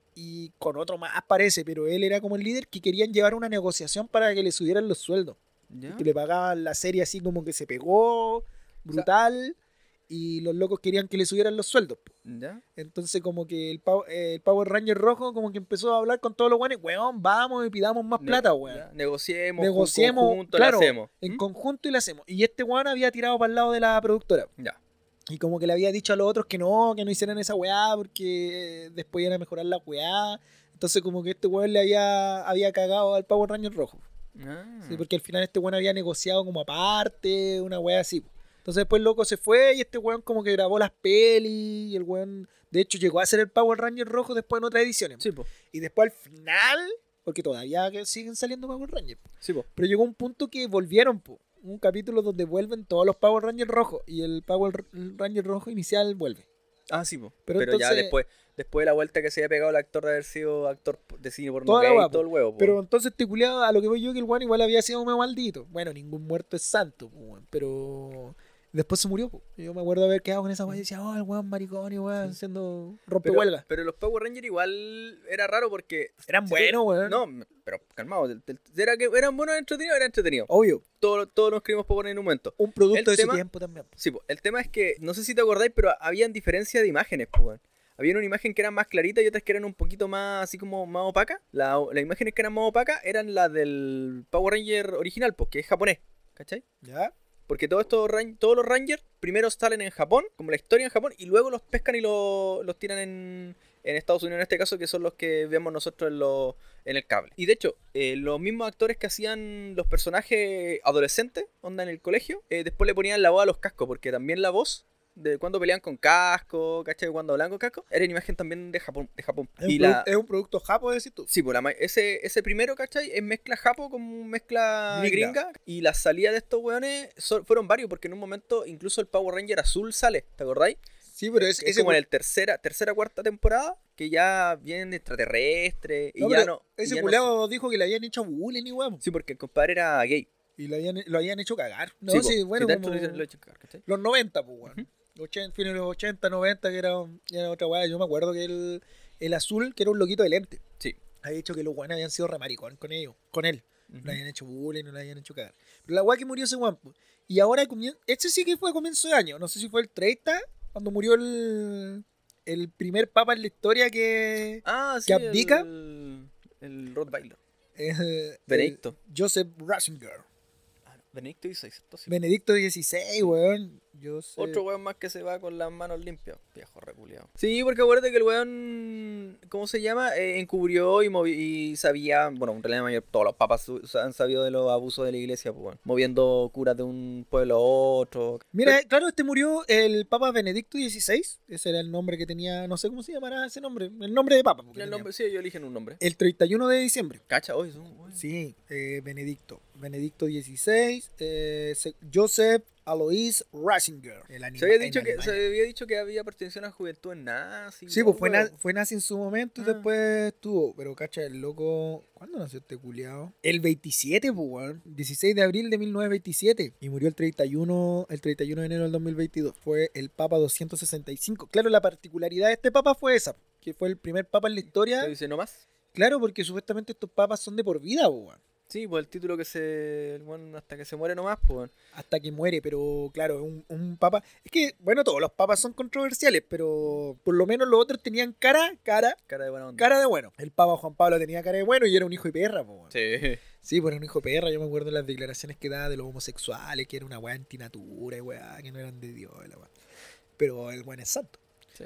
y con otro más parece, pero él era como el líder que querían llevar una negociación para que le subieran los sueldos. ¿Ya? Que le pagaban la serie así como que se pegó, brutal, y los locos querían que le subieran los sueldos, po. ¿Ya? Entonces como que el, Pow- eh, el Power Ranger rojo como que empezó a hablar con todos los weones, weón, vamos y pidamos más Ne- plata, weón. ya, Negociemos, Negociemos, juntos claro, lo hacemos. en ¿Mm? conjunto y lo hacemos. Y este weón había tirado para el lado de la productora. Ya. Y como que le había dicho a los otros que no, que no hicieran esa weá porque después iban a mejorar la weá. Entonces como que este weón le había, había cagado al Power Ranger rojo. Ah. Sí, porque al final este weón había negociado como aparte, una weá así. Entonces después el loco se fue y este weón como que grabó las pelis y el weón, de hecho, llegó a ser el Power Ranger rojo después en otras ediciones. Sí, po. Y después al final, porque todavía que siguen saliendo Power Rangers, Sí, po. pero llegó un punto que volvieron, po. Un capítulo donde vuelven todos los Power Rangers rojos y el Power Ranger rojo inicial vuelve. Ah, sí, po. Pero Pero, ya entonces- después, después de la vuelta que se había pegado el actor de haber sido actor de cine por Toda la gay weá, y todo el huevo, po. Pero entonces este culiado, a lo que voy yo, que el weón igual había sido medio maldito. Bueno, ningún muerto es santo, po, weón, pero después se murió. Po. Yo me acuerdo de haber quedado con esa weá y decía, oh, el weón maricón y weón, siendo pero, rompehuelga. pero los Power Rangers igual era raro porque... Eran si tú- buenos, weón. No, pero calmado. el- el- Era que eran buenos entretenidos, era entretenido. Obvio, Todos, todos nos escribimos Power en un momento. un producto El de tema- su tiempo también. Sí, po. El tema es que, no sé si te acordáis, pero habían diferencia de imágenes, pues, weón. Había una imagen que era más clarita y otras que eran un poquito más, así como más opacas. La- las imágenes que eran más opacas eran las del Power Ranger original, pues, que es japonés, ¿cachai? ¿Ya? Porque todos estos ran- todos los Rangers primero salen en Japón, como la historia en Japón, y luego los pescan y lo- los tiran en, en Estados Unidos, en este caso, que son los que vemos nosotros en, los- en el cable. Y de hecho, eh, los mismos actores que hacían los personajes adolescentes, onda en el colegio, eh, después le ponían la voz a los cascos, porque también la voz de cuando pelean con casco, ¿cachai? Cuando hablan con casco, era una imagen también de Japón. De Japón. Es, Y un la, produ- es un producto japo, decís tú. Sí, pues la ma- ese, ese primero, ¿cachai? Es mezcla japo con mezcla Gringa. gringa. Y la salida de estos weones son- fueron varios, porque en un momento incluso el Power Ranger azul sale, ¿te acordáis? Sí, pero es, Es, ese como cul- en el tercera, tercera, cuarta temporada, que ya vienen extraterrestres y No, ya pero no. y ese ya no culiao dijo que le habían hecho bullying y weón. sé. Sí, porque el compadre era gay. Y lo habían, lo habían hecho cagar. No, Sí, sí, po. bueno, Sí, dentro como lo hizo- lo hizo cagar, ¿cachai? los noventa, pues, weón. ochenta, fines de los ochenta, noventa, que era, era otra weá. Yo me acuerdo que el, el azul, que era un loquito de lente, Sí. había dicho que los weones habían sido remaricón con ellos, con él. Ujú. No le habían hecho bullying, no le habían hecho cagar. Pero la weá que murió ese weón, pues. Y ahora, comien- este sí que fue a comienzo de año. No sé si fue el treinta, cuando murió el, el primer papa en la historia que. Ah, sí. ¿Que abdica? El, el Rottweiler. eh, Benedicto. el Joseph Ratzinger. Ah, no, Benedicto dieciséis, esto sí. Benedicto dieciséis, weón. Joseph- Otro weón más que se va con las manos limpias. Viejo reculeado. Sí, porque acuérdate que el weón, ¿cómo se llama? Eh, encubrió y, movi- y sabía, bueno, en realidad mayor, todos los papas su- han sabido de los abusos de la iglesia, pues, weón. Moviendo curas de un pueblo a otro. Mira, eh, claro, este murió el Papa Benedicto dieciséis. Ese era el nombre que tenía, no sé cómo se llamará ese nombre. El nombre de Papa. porque El tenía. nombre, sí, ellos eligen un nombre. El treinta y uno de diciembre. Cacha, hoy son, weón. Sí, eh, Benedicto. Benedicto dieciséis. eh, se- Joseph Alois Ratzinger. El anima- Se había, en dicho que, Alemania. se había dicho que había pertenecido a la juventud en nazi. Sí, pues fue, na- fue nazi en su momento y Ah. después estuvo. Pero cacha, el loco. ¿Cuándo nació este culiao? El veintisiete, pues, weón. dieciséis de abril de mil novecientos veintisiete. Y murió el treinta y uno, el treinta y uno de enero del dos mil veintidós. Fue el Papa doscientos sesenta y cinco. Claro, la particularidad de este Papa fue esa. Que fue el primer Papa en la historia. Se dice no más. Claro, porque supuestamente estos papas son de por vida, pues, weón. Sí, pues el título que se. El weón hasta que se muere nomás, pues. weón. Hasta que muere, pero claro, un, un papa. Es que, bueno, todos los papas son controversiales, pero por lo menos los otros tenían cara, cara, Cara de buena onda. cara de bueno. El papa Juan Pablo tenía cara de bueno y era un hijo de perra, po, weón. Sí. Sí, pues era un hijo de perra. Yo me acuerdo de las declaraciones que daba de los homosexuales, que era una weá antinatura y weá, que no eran de Dios, y la weá. Pero el weón es santo. Sí.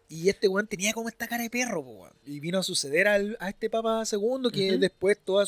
Y este weón tenía como esta cara de perro, po, weón. Y vino a suceder al, a este Papa Segundo, que Ujú. después toda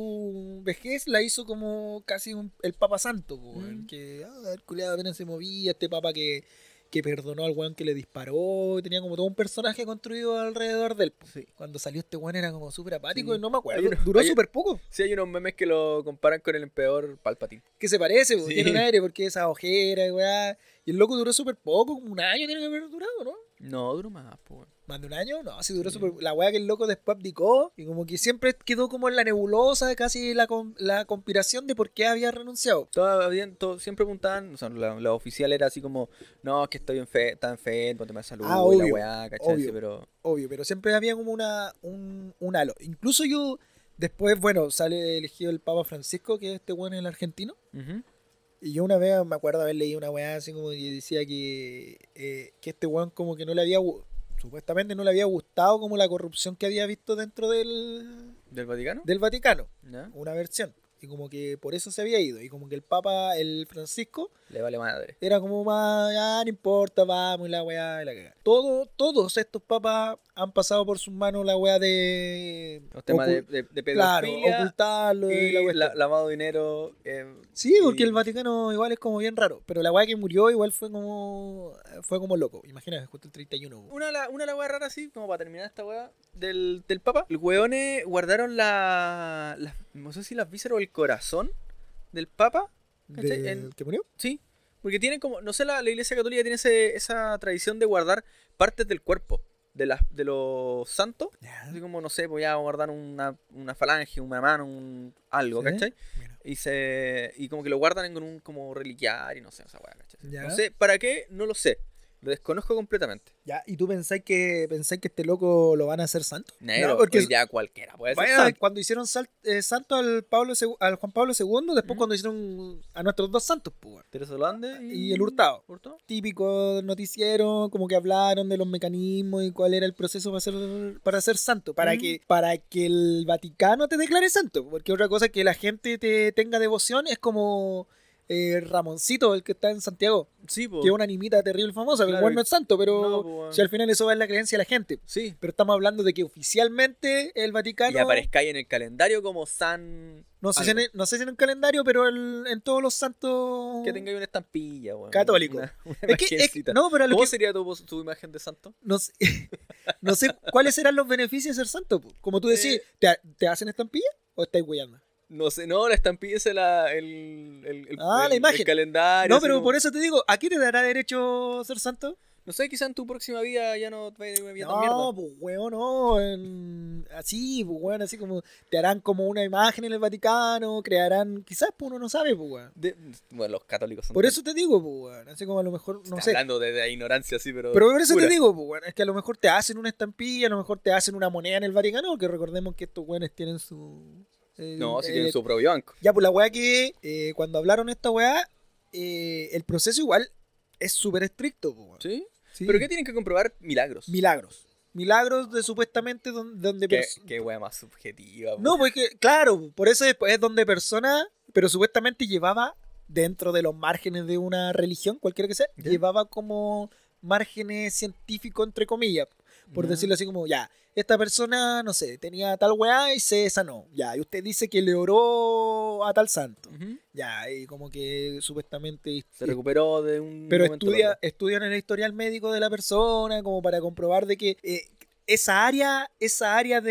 su vejez la hizo como casi un- el Papa Santo, po, weón. Mm. Que ah, el culiado apenas se movía, este Papa que, que perdonó al weón que le disparó, y tenía como todo un personaje construido alrededor de él, po. Sí. Cuando salió este weón era como súper apático Sí. y no me acuerdo. Hay uno- Duró hay- súper poco. Sí, hay unos memes que lo comparan con el emperador Palpatine. Que se parece, po, Sí. tiene un aire porque esa ojera y weá. Y el loco duró súper poco, como un año tiene que haber durado, ¿no? No, duró más, pues. ¿Más de un año? No, sí duró Sí. súper. La weá que el loco después abdicó y como que siempre quedó como en la nebulosa, casi la, con- la conspiración de por qué había renunciado. Todos habían, todos, siempre preguntaban, o sea, la, la oficial era así como, no, es que estoy enfe está enfermo, tema de salud, Ah, y la obvio, weá, ¿cachai? obvio. Sí, pero... Obvio, pero siempre había como una, un, un halo. Incluso yo, después, bueno, sale elegido el Papa Francisco, que es este weón el argentino. Ujú. Y yo una vez me acuerdo haber leído una weá así como que decía que, eh, que este weón como que no le había, gu- supuestamente no le había gustado como la corrupción que había visto dentro del, ¿Del Vaticano? del Vaticano, ¿Ya? una versión. Y como que por eso se había ido. Y como que el Papa, el Francisco, Le vale madre. era como más, ya no importa, vamos y la weá y la cagada. Todo, todos estos papas han pasado por sus manos la weá de... Los temas de, ocu- de, de Claro, pedofilia ocultarlo y la y cuestión. la- lavado de dinero. eh, Sí, porque y- el Vaticano igual es como bien raro. Pero la weá que murió igual fue como fue como loco. Imagínate, justo el treinta y uno. Una, de la- una de las weas raras así, como para terminar esta wea, del, del Papa. Los weones guardaron la, las- no sé si las vísceras o el corazón del Papa. ¿Cachai? ¿Del En- que murió? Sí, porque tienen como, no sé, la, la Iglesia Católica tiene ese- esa tradición de guardar partes del cuerpo de, las, de los santos. Ya. Así como, no sé, voy a guardar una, una falange, una mano, un, algo, ¿Sí? ¿cachai? Mira. Y se y como que lo guardan en un como reliquiario, no sé, esa weá, ¿cachai? Ya. No sé, ¿para qué? No lo sé. Lo desconozco completamente. Ya, ¿y tú pensáis que pensáis que este loco lo van a hacer santo? Negro, No, porque hoy día cualquiera puede ser vaya, santo. cuando hicieron sal- eh, santo al Pablo seg- al Juan Pablo segundo, después Ujú. cuando hicieron a nuestros dos santos, pues, weón. Teresa Holande Y el Hurtado. ¿Hurtado? Típico noticiero, como que hablaron de los mecanismos y cuál era el proceso para ser, para ser santo, para Mm. que, para que el Vaticano te declare santo, porque otra cosa que la gente te tenga devoción es como eh, Ramoncito, el que está en Santiago, Sí, po. que es una animita terrible famosa, que Claro. el no es santo, pero No, po, weón. si al final eso va en la creencia de la gente. Sí. Pero estamos hablando de que oficialmente el Vaticano... Y aparezca ahí en el calendario como San... No sé, si algo. en, no sé si en un calendario, pero el- en todos los santos... Que tenga ahí una estampilla, weón. Católico. Una, una Es que, es que- imagencita. no, pero a lo ¿Cómo que- sería tu, tu imagen de santo? no sé, no sé cuáles serán los beneficios de ser santo. Po. Como tú decís, Eh. ¿te, ¿te hacen estampilla o estáis weyando? No sé, no, la estampilla es la, el, el, el, Ah, el- la imagen. el calendario. No, así pero como- por eso te digo, ¿a qué te dará derecho ser santo? No sé, quizá en tu próxima vida ya no te vaya a ir una vida tan mierda. No, pues weón, no. en- así, pues weón, así como te harán como una imagen en el Vaticano, crearán, quizás pues uno no sabe, pues weón. De- bueno, los católicos son Por tan- eso te digo, pues weón, así como a lo mejor, no Está sé. hablando de, de ignorancia así, pero... Pero por eso pura. te digo, pues, weón, es que a lo mejor te hacen una estampilla, a lo mejor te hacen una moneda en el Vaticano, porque recordemos que estos weones tienen su... eh, No, si eh, tienen su propio banco. Ya, pues la weá que eh, cuando hablaron esta weá, eh, el proceso igual es súper estricto, pues, weón. ¿Sí? Sí. ¿Pero qué tienen que comprobar? Milagros. Milagros. Milagros de supuestamente don- donde... Qué, pers- qué wea más subjetiva. po. No, pues que, claro, por eso es, es donde persona, pero supuestamente llevaba dentro de los márgenes de una religión, cualquiera que sea, ¿Ya? llevaba como márgenes científicos, entre comillas, por Ya. decirlo así como, ya, esta persona, no sé, tenía tal weá y se sanó, ya, y usted dice que le oró a tal santo, Ujú. ya, y como que supuestamente... Se recuperó de un Pero momento al estudia, otro. estudian el historial médico de la persona como para comprobar de que eh, esa área, esa área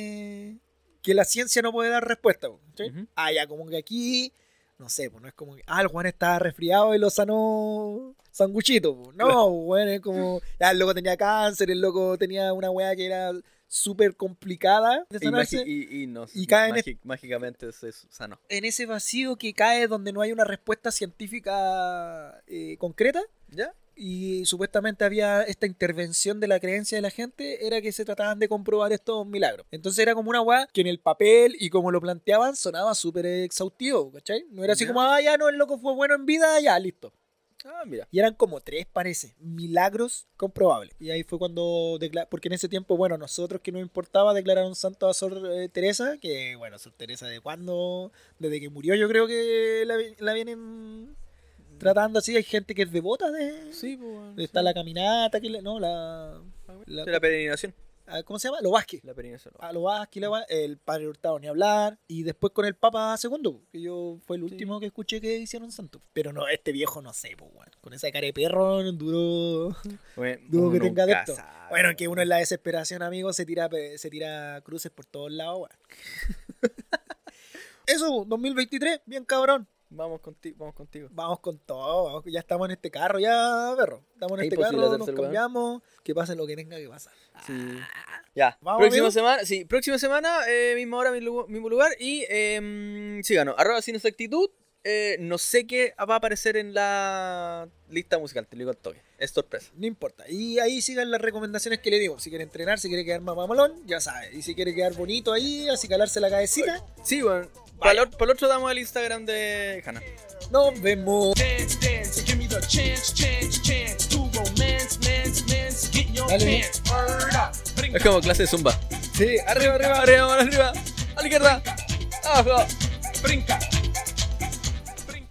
de que la ciencia no puede dar respuesta. po, ¿sí? Ujú. Ah, ya, como que aquí, no sé, pues no es como que, ah, el Juan estaba resfriado y lo sanó sanguchito. po. No, bueno, es como, ya, el loco tenía cáncer, el loco tenía una weá que era súper complicada de Y, sanarse. magi- y, y no, y cae en magi- mágicamente se sanó. En ese vacío que cae donde no hay una respuesta científica eh, concreta, ¿Ya? y supuestamente había esta intervención de la creencia de la gente, era que se trataban de comprobar estos milagros. Entonces era como una weá que en el papel y como lo planteaban sonaba súper exhaustivo, ¿cachai? No era así Ya. como, ah, ya no, el loco fue bueno en vida, ya, listo. Ah, mira. Y eran como tres, parece, milagros comprobables. Y ahí fue cuando, decla- porque en ese tiempo, bueno, nosotros que nos importaba declararon santo a Sor eh, Teresa, que bueno, Sor Teresa de cuándo, desde que murió yo creo que la, vi- la vienen tratando así, hay gente que es devota de... Sí, pues. bueno, Está sí. la caminata, que le- no, la... La- De la peregrinación. ah, ¿Cómo se llama? Lo Vázquez. La peregrinación. A lo Vázquez, la weá, el padre Hurtado ni hablar. Y después con el Papa Segundo, que yo fue el último que escuché que hicieron santo. Pero no, este viejo no sé, pues, weón. Con esa cara de perro, duro. Bueno, Dudo uno que tenga nunca adepto. sabe. Bueno, que uno en la desesperación, amigo, se tira, pe- se tira cruces por todos lados, weón. Eso, dos mil veintitrés, bien cabrón. Vamos contigo, vamos contigo. Vamos con todo, vamos, ya estamos en este carro, ya, perro. Estamos en ¿Es este imposible carro, nos hacerse el weón? cambiamos, que pase lo que tenga que pasar. Sí. Ya, Vamos, próxima amigo. semana, sí, próxima semana, eh, misma hora, mismo, mismo lugar. Y eh, síganos, arroba sin exactitud. Eh, no sé qué va a aparecer en la lista musical, te lo digo al toque. Es sorpresa. No importa. Y ahí sigan las recomendaciones que le digo. Si quiere entrenar, si quiere quedar más mamalón, ya sabe. Y si quiere quedar bonito ahí, así calarse la cabecita, Sí, bueno. Para el, para el otro damos el Instagram de Hanna. nos vemos. Dance, dance, give me the chance, chance, chance to romance, man's, man's, get your Dale. pants. Word up, brinca, Es como clase de zumba. Sí, arriba, arriba. Arriba, arriba, a la izquierda, abajo. brinca,